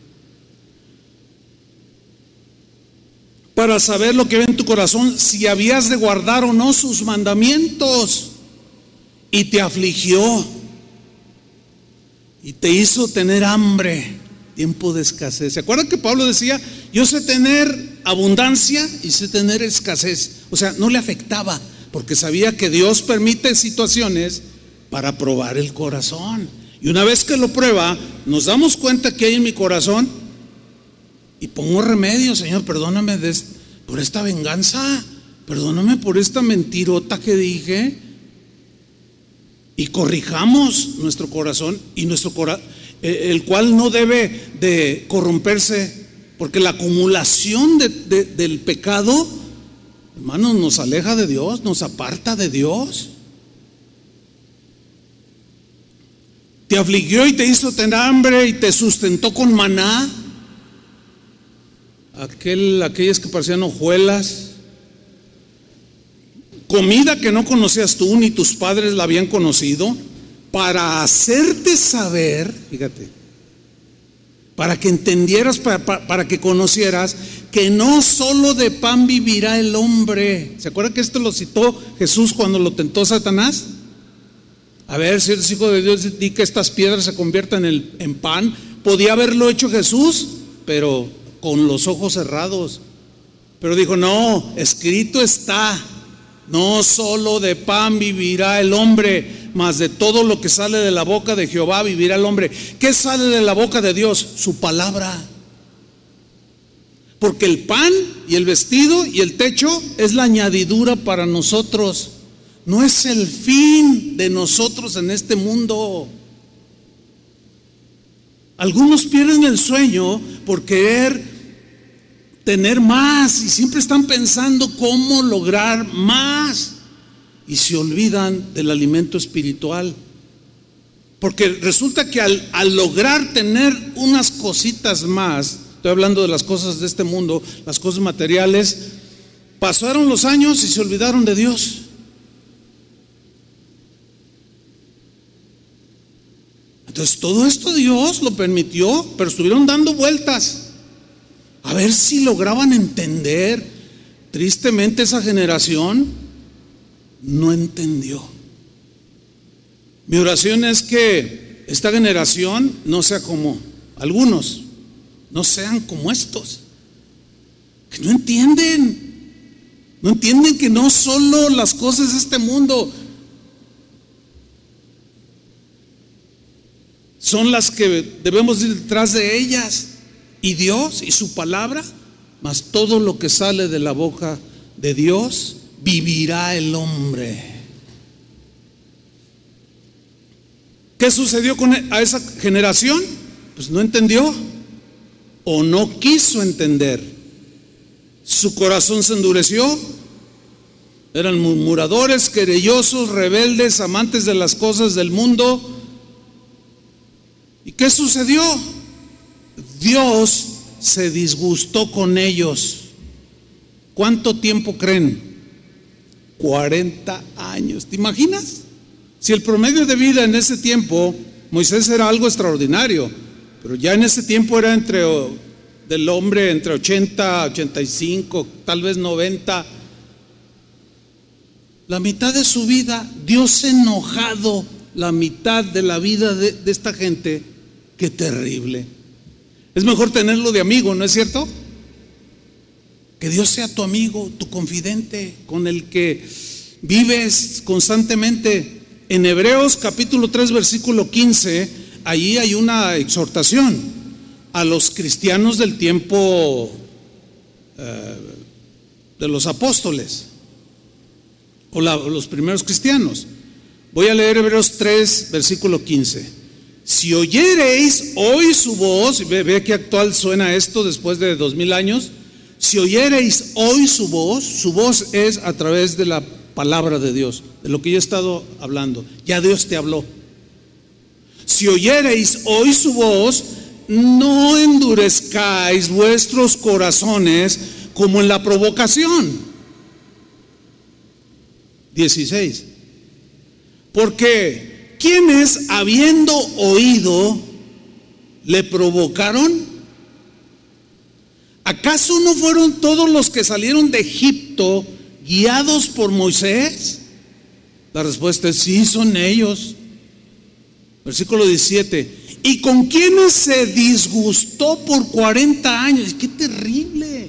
Speaker 1: Para saber lo que ve en tu corazón, si habías de guardar o no sus mandamientos, y te afligió y te hizo tener hambre, tiempo de escasez. ¿Se acuerdan que Pablo decía: yo sé tener abundancia y sé tener escasez? O sea, no le afectaba, porque sabía que Dios permite situaciones para probar el corazón. Y una vez que lo prueba, nos damos cuenta que hay en mi corazón y pongo remedio. Señor, perdóname por esta venganza, perdóname por esta mentirota que dije, y corrijamos nuestro corazón, y el cual no debe de corromperse, porque la acumulación del pecado, hermanos, nos aleja de Dios, nos aparta de Dios. Te afligió y te hizo tener hambre y te sustentó con maná, aquellas que parecían hojuelas, comida que no conocías tú ni tus padres la habían conocido, para hacerte saber, fíjate, para que entendieras, para que conocieras que no solo de pan vivirá el hombre. ¿Se acuerdan que esto lo citó Jesús cuando lo tentó Satanás? A ver, si eres hijo de Dios, di que estas piedras se conviertan en pan. Podía haberlo hecho Jesús, pero con los ojos cerrados. Pero dijo: no, escrito está, no solo de pan vivirá el hombre, mas de todo lo que sale de la boca de Jehová vivirá el hombre. ¿Qué sale de la boca de Dios? Su palabra. Porque el pan y el vestido y el techo es la añadidura para nosotros, no es el fin de nosotros en este mundo. Algunos pierden el sueño por querer tener más y siempre están pensando cómo lograr más, y se olvidan del alimento espiritual. Porque resulta que al lograr tener unas cositas más, estoy hablando de las cosas de este mundo, las cosas materiales, pasaron los años y se olvidaron de Dios. Entonces todo esto Dios lo permitió, pero estuvieron dando vueltas a ver si lograban entender. Tristemente esa generación no entendió. Mi oración es que esta generación no sea como algunos, no sean como estos, que no entienden que no solo las cosas de este mundo son las que debemos ir detrás de ellas, y Dios y su palabra, mas todo lo que sale de la boca de Dios vivirá el hombre. ¿Qué sucedió a esa generación? Pues no entendió o no quiso entender. Su corazón se endureció. Eran murmuradores, querellosos, rebeldes, amantes de las cosas del mundo. ¿Y qué sucedió? Dios se disgustó con ellos. ¿Cuánto tiempo creen? 40 años. ¿Te imaginas? Si el promedio de vida en ese tiempo, Moisés era algo extraordinario, pero ya en ese tiempo era del hombre entre 80, 85, tal vez 90. La mitad de su vida, Dios enojado, la mitad de la vida de esta gente. Qué terrible. Es mejor tenerlo de amigo, ¿no es cierto? Que Dios sea tu amigo, tu confidente, con el que vives constantemente. En Hebreos capítulo 3 versículo 15, allí hay una exhortación a los cristianos del tiempo de los apóstoles, o los primeros cristianos. Voy a leer Hebreos 3 versículo 15. Si oyereis hoy su voz, ve qué actual suena esto después de 2000 años. Si oyereis hoy su voz es a través de la palabra de Dios, de lo que yo he estado hablando. Ya Dios te habló. Si oyereis hoy su voz, no endurezcáis vuestros corazones como en la provocación. 16. Porque quienes habiendo oído le provocaron, ¿acaso no fueron todos los que salieron de Egipto guiados por Moisés? La respuesta es sí, son ellos. Versículo 17. ¿Y con quienes se disgustó por 40 años? ¡Qué terrible!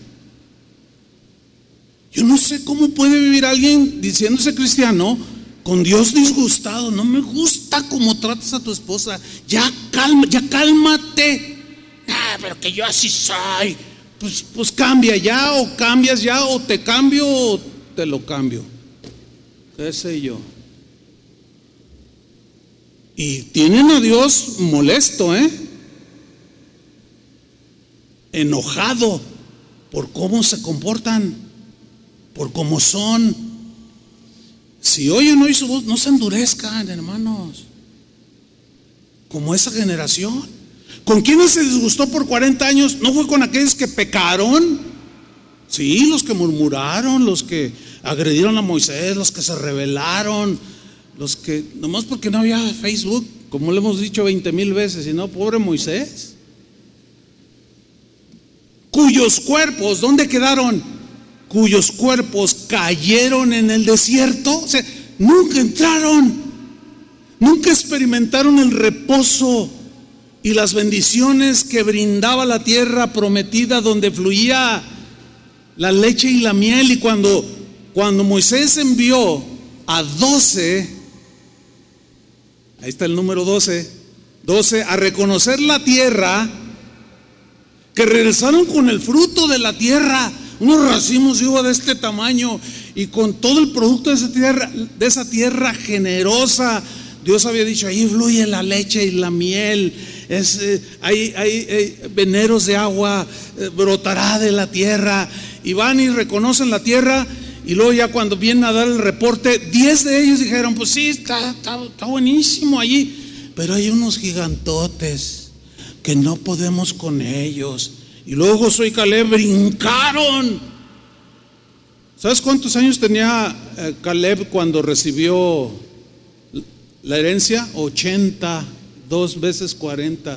Speaker 1: Yo no sé cómo puede vivir alguien diciéndose cristiano con Dios disgustado. No me gusta cómo tratas a tu esposa. Ya cálmate. Pero que yo así soy. Pues cambia ya, o cambias ya, o te cambio o te lo cambio. ¿Qué sé yo? Y tienen a Dios molesto, enojado por cómo se comportan, por cómo son. Si oyen hoy su voz, no se endurezcan, hermanos, como esa generación. ¿Con quiénes se disgustó por 40 años? ¿No fue con aquellos que pecaron? Sí, los que murmuraron, los que agredieron a Moisés, los que se rebelaron, los que, nomás porque no había Facebook, como le hemos dicho 20,000 veces, y no, pobre Moisés. Cuyos cuerpos, ¿dónde quedaron? Cuyos cuerpos cayeron en el desierto. O sea, nunca entraron, nunca experimentaron el reposo y las bendiciones que brindaba la tierra prometida, donde fluía la leche y la miel. Y cuando Moisés envió a 12, ahí está el número 12, a reconocer la tierra, que regresaron con el fruto de la tierra, unos racimos de uva de este tamaño, y con todo el producto de esa tierra generosa. Dios había dicho, ahí fluye la leche y la miel, hay veneros de agua, brotará de la tierra. Y van y reconocen la tierra, y luego ya cuando vienen a dar el reporte, 10 de ellos dijeron, pues sí, está buenísimo allí, pero hay unos gigantotes que no podemos con ellos. Y luego Josué y Caleb brincaron. ¿Sabes cuántos años tenía Caleb cuando recibió la herencia? 80, 2 veces 40.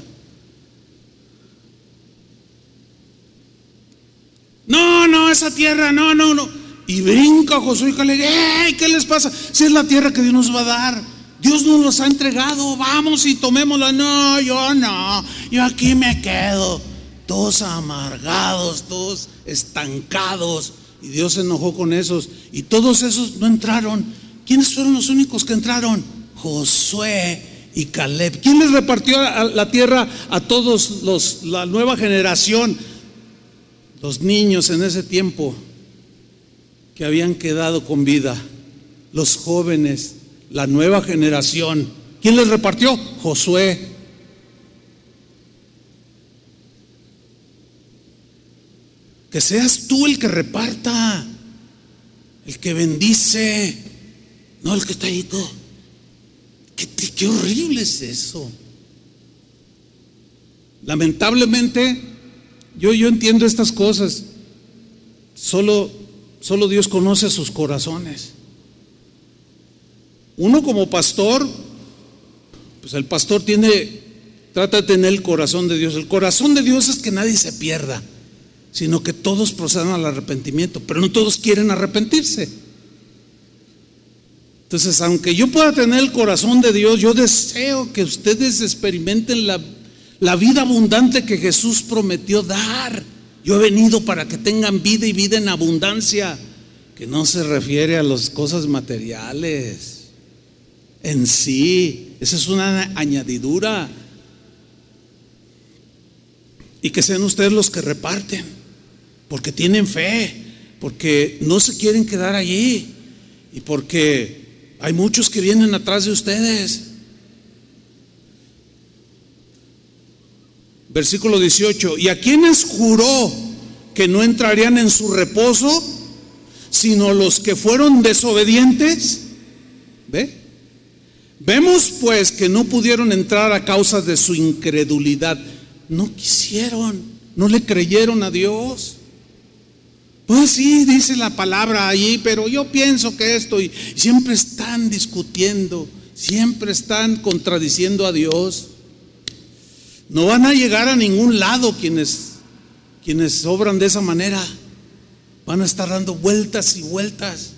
Speaker 1: No, esa tierra, no. Y brinca Josué y Caleb. ¡Ey! ¿Qué les pasa? Si es la tierra que Dios nos va a dar, Dios nos los ha entregado, vamos y tomémosla. No, yo aquí me quedo. Todos amargados, todos estancados. Y Dios se enojó con esos, y todos esos no entraron. ¿Quiénes fueron los únicos que entraron? Josué y Caleb. ¿Quién les repartió la tierra a todos la nueva generación? Los niños en ese tiempo que habían quedado con vida, los jóvenes, la nueva generación. ¿Quién les repartió? Josué. Que seas tú el que reparta, el que bendice, no el que está ahí todo. Qué horrible es eso. Lamentablemente, yo entiendo estas cosas. Solo Dios conoce sus corazones. Uno como pastor, pues el pastor trata de tener el corazón de Dios. El corazón de Dios es que nadie se pierda, sino que todos procedan al arrepentimiento, pero no todos quieren arrepentirse. Entonces, aunque yo pueda tener el corazón de Dios, yo deseo que ustedes experimenten la vida abundante que Jesús prometió dar. Yo he venido para que tengan vida, y vida en abundancia, que no se refiere a las cosas materiales en sí. Esa es una añadidura. Y que sean ustedes los que reparten, porque tienen fe, porque no se quieren quedar allí, y porque hay muchos que vienen atrás de ustedes. Versículo 18. ¿Y a quienes juró que no entrarían en su reposo, sino los que fueron desobedientes? ¿Ve? Vemos pues que no pudieron entrar a causa de su incredulidad. No quisieron, no le creyeron a Dios. Pues sí, dice la palabra allí, pero yo pienso que esto, y siempre están discutiendo, siempre están contradiciendo a Dios. No van a llegar a ningún lado quienes obran de esa manera. Van a estar dando vueltas y vueltas.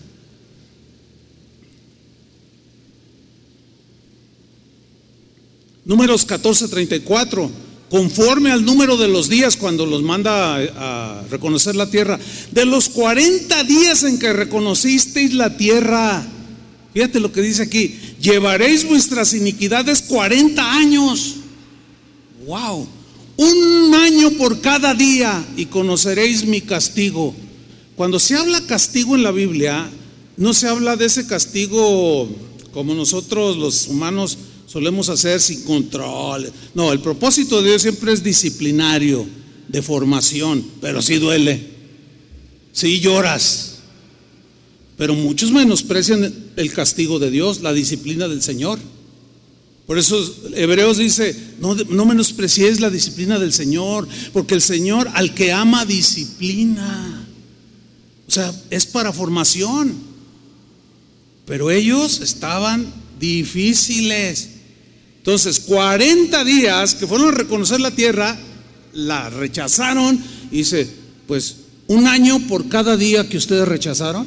Speaker 1: Números 14:34. Conforme al número de los días cuando los manda a reconocer la tierra, de los 40 días en que reconocisteis la tierra, fíjate lo que dice aquí, llevaréis vuestras iniquidades 40 años. Wow, un año por cada día y conoceréis mi castigo. Cuando se habla castigo en la Biblia, no se habla de ese castigo como nosotros los humanos solemos hacer sin control. No, el propósito de Dios siempre es disciplinario, de formación, pero sí duele, sí lloras. Pero muchos menosprecian el castigo de Dios, la disciplina del Señor. Por eso Hebreos dice, no menosprecies la disciplina del Señor, porque el Señor al que ama disciplina. O sea, es para formación. Pero ellos estaban difíciles. Entonces 40 días que fueron a reconocer la tierra, la rechazaron. Y dice, pues un año por cada día que ustedes rechazaron,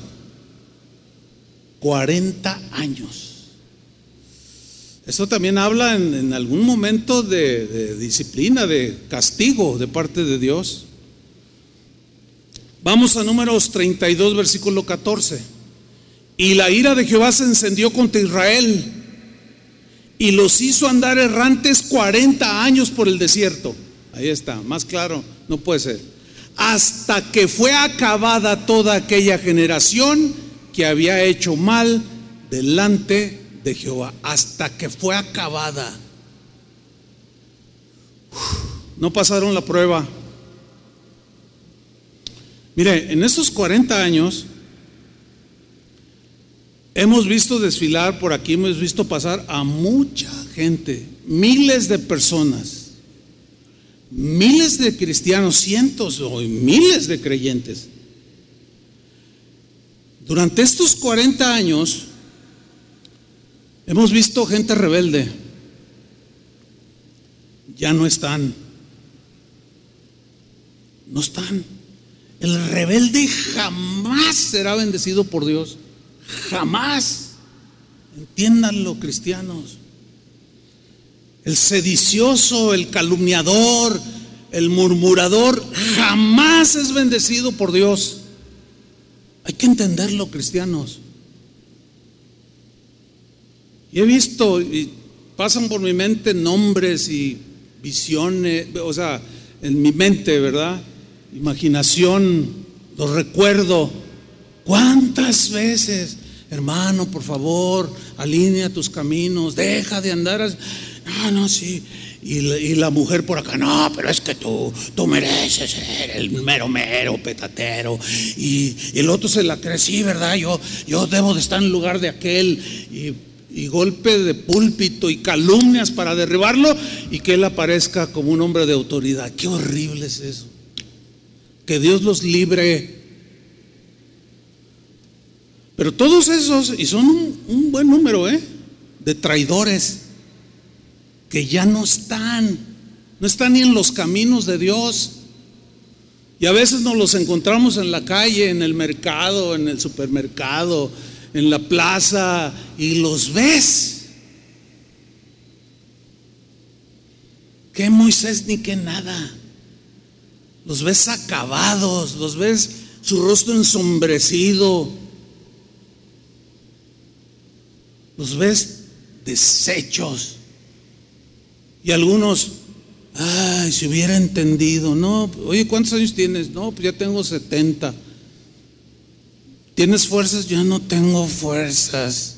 Speaker 1: 40 años. Esto también habla en algún momento de disciplina, de castigo de parte de Dios. Vamos a Números 32, versículo 14. Y la ira de Jehová se encendió contra Israel y los hizo andar errantes 40 años por el desierto. Ahí está, más claro no puede ser. Hasta que fue acabada toda aquella generación que había hecho mal delante de Jehová. Hasta que fue acabada. No pasaron la prueba. Mire, en estos 40 años hemos visto desfilar por aquí, hemos visto pasar a mucha gente, miles de personas, miles de cristianos, cientos o miles de creyentes. Durante estos 40 años hemos visto gente rebelde. Ya no están. No están. El rebelde jamás será bendecido por Dios. Jamás. Entiéndanlo, cristianos. El sedicioso, el calumniador, el murmurador jamás es bendecido por Dios. Hay que entenderlo, cristianos. Y he visto, y pasan por mi mente nombres y visiones, o sea, en mi mente, ¿verdad? Imaginación, los recuerdo. ¿Cuántas veces, hermano, por favor, alinea tus caminos, deja de andar? No, sí. Y la mujer por acá, no, pero es que tú mereces ser el mero petatero. Y el otro se la cree, sí, ¿verdad? Yo debo de estar en lugar de aquel. Y golpe de púlpito y calumnias para derribarlo y que él aparezca como un hombre de autoridad. Qué horrible es eso. Que Dios los libre. Pero todos esos, y son un buen número, de traidores que ya no están ni en los caminos de Dios. Y a veces nos los encontramos en la calle, en el mercado, en el supermercado, en la plaza, y los ves. Que Moisés ni que nada. Los ves acabados, los ves su rostro ensombrecido, los ves deshechos. Y algunos, ay, si hubiera entendido. No, oye, ¿cuántos años tienes? No, pues ya tengo 70. ¿Tienes fuerzas? Ya no tengo fuerzas.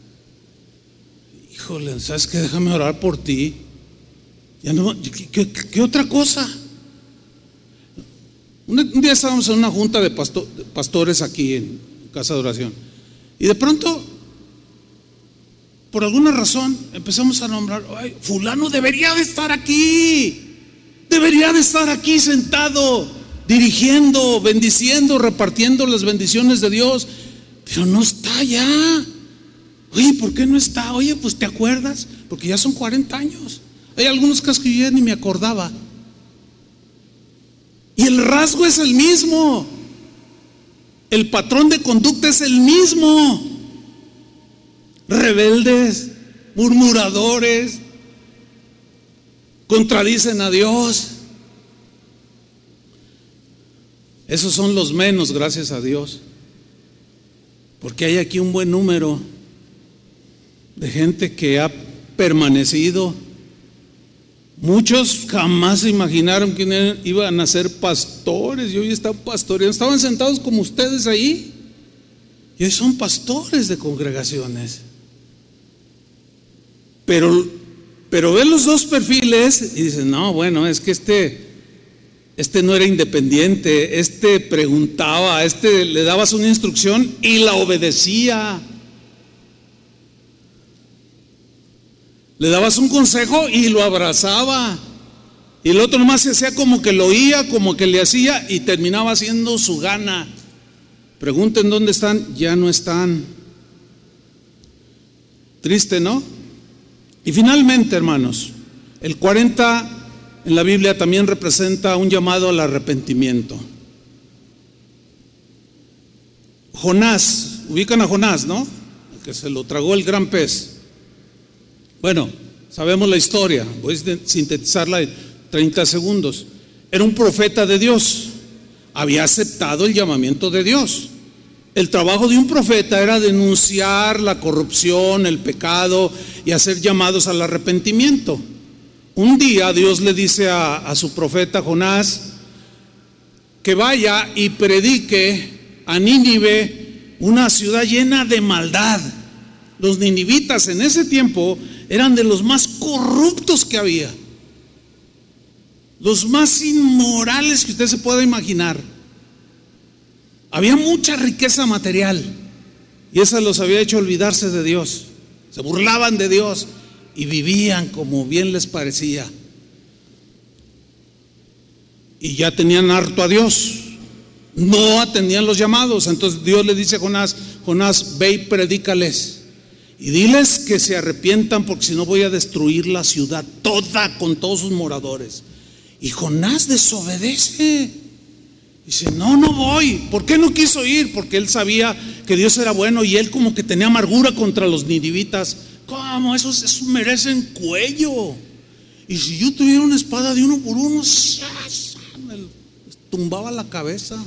Speaker 1: Híjole, ¿sabes qué? Déjame orar por ti. Ya no, ¿qué otra cosa? Un día estábamos en una junta de pastores aquí en casa de oración. Y de pronto por alguna razón empezamos a nombrar, ay, fulano debería de estar aquí sentado, dirigiendo, bendiciendo, repartiendo las bendiciones de Dios, pero no está ya. Oye, ¿por qué no está? Oye, pues ¿te acuerdas? Porque ya son 40 años. Hay algunos casos que yo ya ni me acordaba. Y el rasgo es el mismo. El patrón de conducta es el mismo. Rebeldes, murmuradores, contradicen a Dios. Esos son los menos, gracias a Dios. Porque hay aquí un buen número de gente que ha permanecido. Muchos jamás se imaginaron que iban a ser pastores y hoy están pastoreando. Estaban sentados como ustedes ahí y hoy son pastores de congregaciones. Pero ven los dos perfiles y dicen, no, bueno, es que este no era independiente, este preguntaba, le dabas una instrucción y la obedecía. Le dabas un consejo y lo abrazaba. Y el otro nomás se hacía como que lo oía, como que le hacía y terminaba haciendo su gana. Pregunten dónde están, ya no están. Triste, ¿no? Y finalmente, hermanos, el 40 en la Biblia también representa un llamado al arrepentimiento. Jonás, ubican a Jonás, ¿no? Que se lo tragó el gran pez. Bueno, sabemos la historia, voy a sintetizarla en 30 segundos. Era un profeta de Dios, había aceptado el llamamiento de Dios. El trabajo de un profeta era denunciar la corrupción, el pecado y hacer llamados al arrepentimiento. Un día Dios le dice a su profeta Jonás que vaya y predique a Nínive, una ciudad llena de maldad. Los ninivitas en ese tiempo eran de los más corruptos que había, los más inmorales que usted se pueda imaginar. Había mucha riqueza material y esa los había hecho olvidarse de Dios. Se burlaban de Dios y vivían como bien les parecía. Y ya tenían harto a Dios, no atendían los llamados. Entonces Dios le dice a Jonás: Jonás, ve y predícales y diles que se arrepientan, porque si no voy a destruir la ciudad toda con todos sus moradores. Y Jonás desobedece. Dice: no voy. ¿Por qué no quiso ir? Porque él sabía que Dios era bueno y él como que tenía amargura contra los ninivitas. ¿Cómo? Esos merecen cuello. Y si yo tuviera una espada de uno por uno, me tumbaba la cabeza.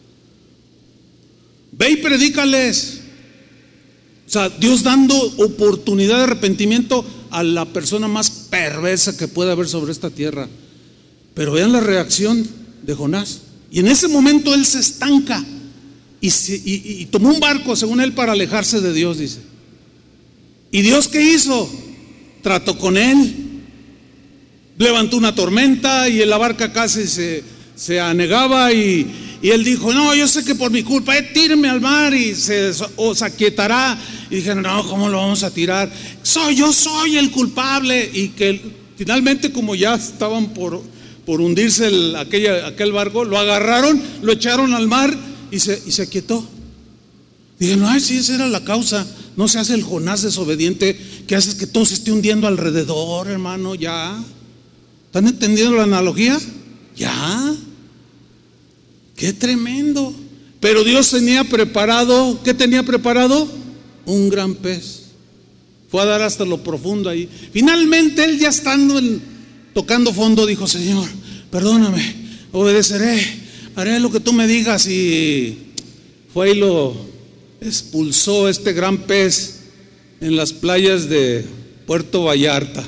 Speaker 1: Ve y predícales. O sea, Dios dando oportunidad de arrepentimiento a la persona más perversa que puede haber sobre esta tierra. Pero vean la reacción de Jonás. Y en ese momento él se estanca y tomó un barco, según él, para alejarse de Dios, dice. ¿Y Dios qué hizo? Trató con él, levantó una tormenta y en la barca casi se anegaba y él dijo: no, yo sé que por mi culpa, tíreme al mar y se aquietará. Y dijeron: no, ¿cómo lo vamos a tirar? Yo soy el culpable. Y que finalmente, como ya estaban por hundirse aquel barco, lo agarraron, lo echaron al mar y se aquietó. Dijeron: ay, sí, esa era la causa. No se hace el Jonás desobediente que hace que todo se esté hundiendo alrededor, hermano. Ya ¿están entendiendo la analogía? Ya. Qué tremendo. Pero Dios tenía preparado, ¿qué tenía preparado? Un gran pez. Fue a dar hasta lo profundo ahí. Finalmente él, ya estando tocando fondo, dijo: Señor, perdóname, obedeceré, haré lo que tú me digas. Y fue y lo expulsó este gran pez en las playas de Puerto Vallarta.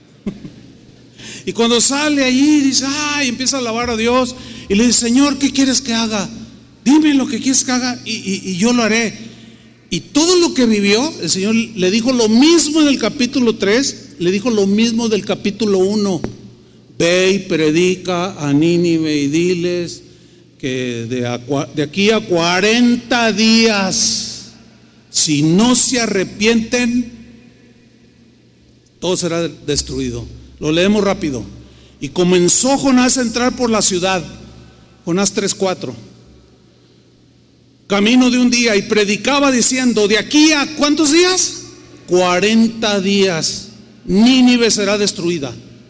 Speaker 1: Y cuando sale allí, dice: ay, empieza a alabar a Dios y le dice: Señor, ¿qué quieres que haga? Dime lo que quieres que haga y yo lo haré. Y todo lo que vivió, el Señor le dijo lo mismo en el capítulo 3, le dijo lo mismo del capítulo 1. Ve y predica a Nínive y diles que de aquí a 40 días, si no se arrepienten, todo será destruido. Lo leemos rápido. Y comenzó Jonás a entrar por la ciudad, Jonás 3:4, camino de un día, y predicaba diciendo: de aquí a ¿cuántos días? 40 días Nínive será destruida.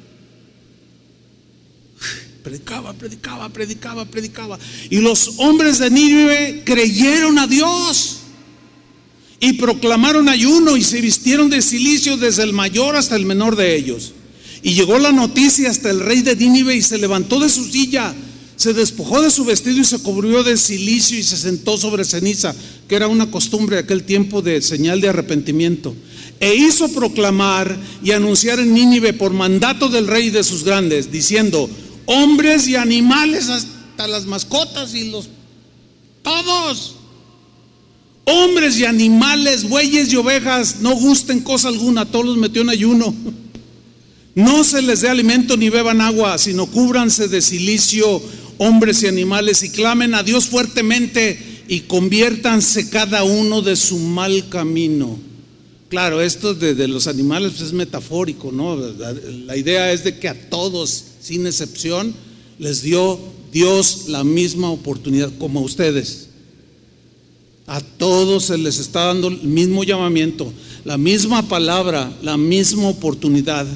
Speaker 1: Predicaba. Y los hombres de Nínive creyeron a Dios y proclamaron ayuno y se vistieron de cilicio desde el mayor hasta el menor de ellos. Y llegó la noticia hasta el rey de Nínive y se levantó de su silla, se despojó de su vestido y se cubrió de cilicio y se sentó sobre ceniza, que era una costumbre de aquel tiempo de señal de arrepentimiento. E hizo proclamar y anunciar en Nínive por mandato del rey y de sus grandes, diciendo: hombres y animales, hasta las mascotas y todos, hombres y animales, bueyes y ovejas, no gusten cosa alguna, todos los metió en ayuno. No se les dé alimento ni beban agua, sino cúbranse de cilicio, hombres y animales, y clamen a Dios fuertemente y conviértanse cada uno de su mal camino. Claro, esto de los animales pues es metafórico, ¿no? La idea es de que a todos, sin excepción, les dio Dios la misma oportunidad, como a ustedes. A todos se les está dando el mismo llamamiento, la misma palabra, la misma oportunidad.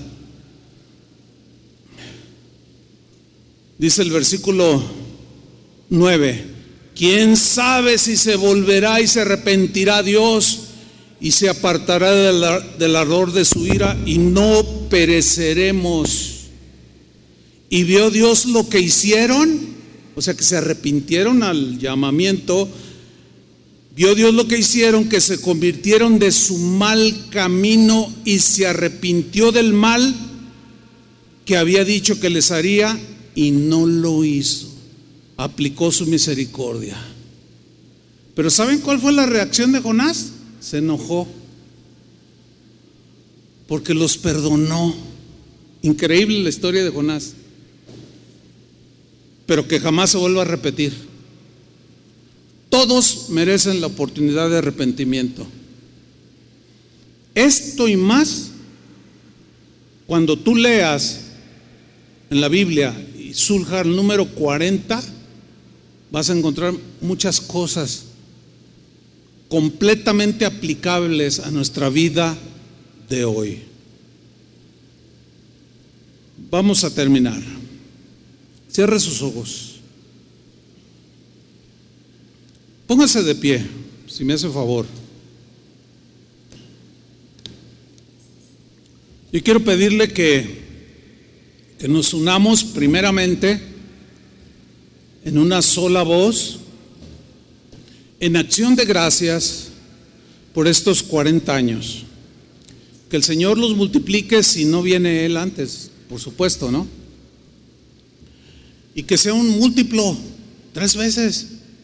Speaker 1: Dice el versículo 9: ¿quién sabe si se volverá y se arrepentirá Dios y se apartará del ardor de su ira y no pereceremos? Y vio Dios lo que hicieron, o sea que se arrepintieron al llamamiento. Vio Dios lo que hicieron, que se convirtieron de su mal camino y se arrepintió del mal que había dicho que les haría y no lo hizo. Aplicó su misericordia. Pero ¿saben cuál fue la reacción de Jonás? Se enojó porque los perdonó. Increíble la historia de Jonás, pero que jamás se vuelva a repetir. Todos merecen la oportunidad de arrepentimiento. Esto y más, cuando tú leas en la Biblia y surja el número 40, vas a encontrar muchas cosas completamente aplicables a nuestra vida de hoy. Vamos a terminar. Cierre sus ojos. Póngase de pie, si me hace favor. Yo quiero pedirle que nos unamos primeramente en una sola voz, en acción de gracias por estos 40 años. Que el Señor los multiplique si no viene Él antes, por supuesto, ¿no? Y que sea un múltiplo 3 veces,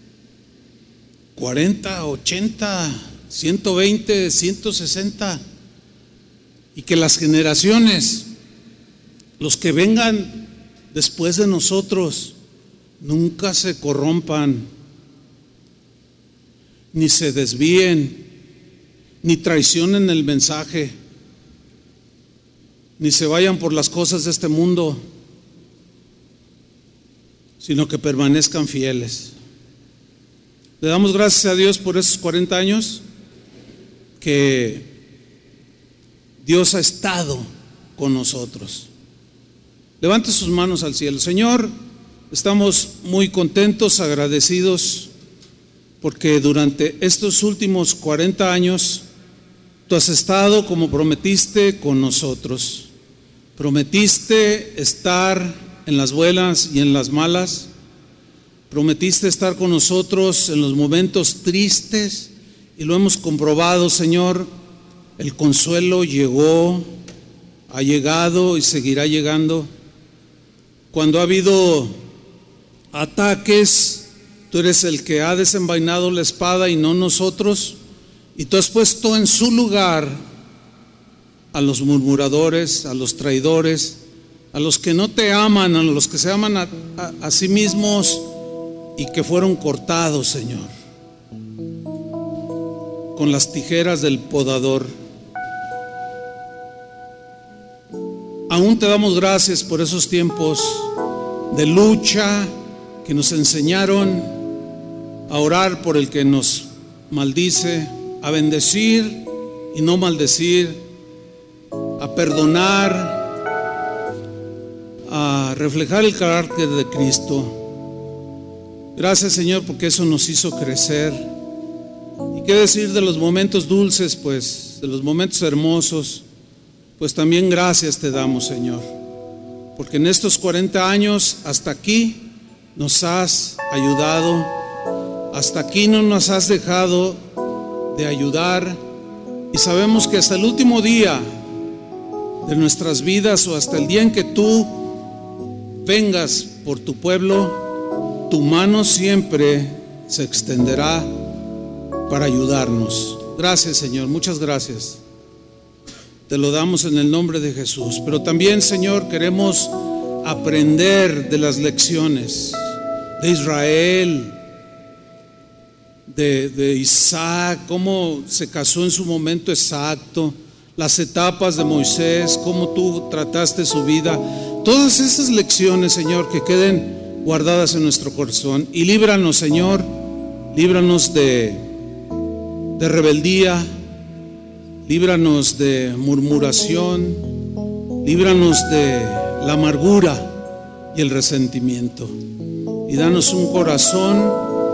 Speaker 1: 40, 80, 120, 160, y que las generaciones, los que vengan después de nosotros, nunca se corrompan, ni se desvíen, ni traicionen el mensaje, ni se vayan por las cosas de este mundo, sino que permanezcan fieles. Le damos gracias a Dios por esos 40 años que Dios ha estado con nosotros. Levante sus manos al cielo. Señor, estamos muy contentos, agradecidos, porque durante estos últimos 40 años Tú has estado como prometiste con nosotros. Prometiste estar en las buenas y en las malas. Prometiste estar con nosotros en los momentos tristes y lo hemos comprobado, Señor. El consuelo llegó, ha llegado y seguirá llegando. Cuando ha habido ataques, Tú eres el que ha desenvainado la espada y no nosotros. Y Tú has puesto en su lugar a los murmuradores, a los traidores, a los que no Te aman, a los que se aman a sí mismos y que fueron cortados, Señor, con las tijeras del podador. aún te damos gracias por esos tiempos de lucha que nos enseñaron a orar por el que nos maldice, a bendecir y no maldecir, a perdonar, a reflejar el carácter de Cristo. Gracias, Señor, porque eso nos hizo crecer. Y qué decir de los momentos dulces, pues, de los momentos hermosos, pues también gracias te damos, Señor, porque en estos 40 años hasta aquí nos has ayudado, hasta aquí no nos has dejado de ayudar, y sabemos que hasta el último día de nuestras vidas o hasta el día en que tú vengas por tu pueblo, tu mano siempre se extenderá para ayudarnos. Gracias, Señor, muchas gracias. Te lo damos en el nombre de Jesús. Pero también, Señor, queremos aprender de las lecciones de Israel, de Isaac, cómo se casó en su momento exacto, las etapas de Moisés, cómo tú trataste su vida. Todas esas lecciones, Señor, que queden guardadas en nuestro corazón. Y líbranos, Señor, líbranos de rebeldía, líbranos de murmuración, líbranos de la amargura y el resentimiento, y danos un corazón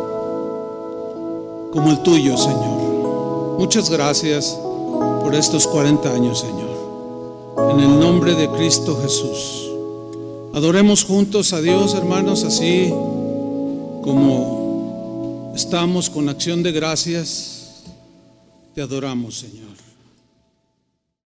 Speaker 1: como el tuyo, Señor. Muchas gracias por estos 40 años, Señor. En el nombre de Cristo Jesús. Adoremos juntos a Dios, hermanos, así como estamos con acción de gracias. Te adoramos, Señor.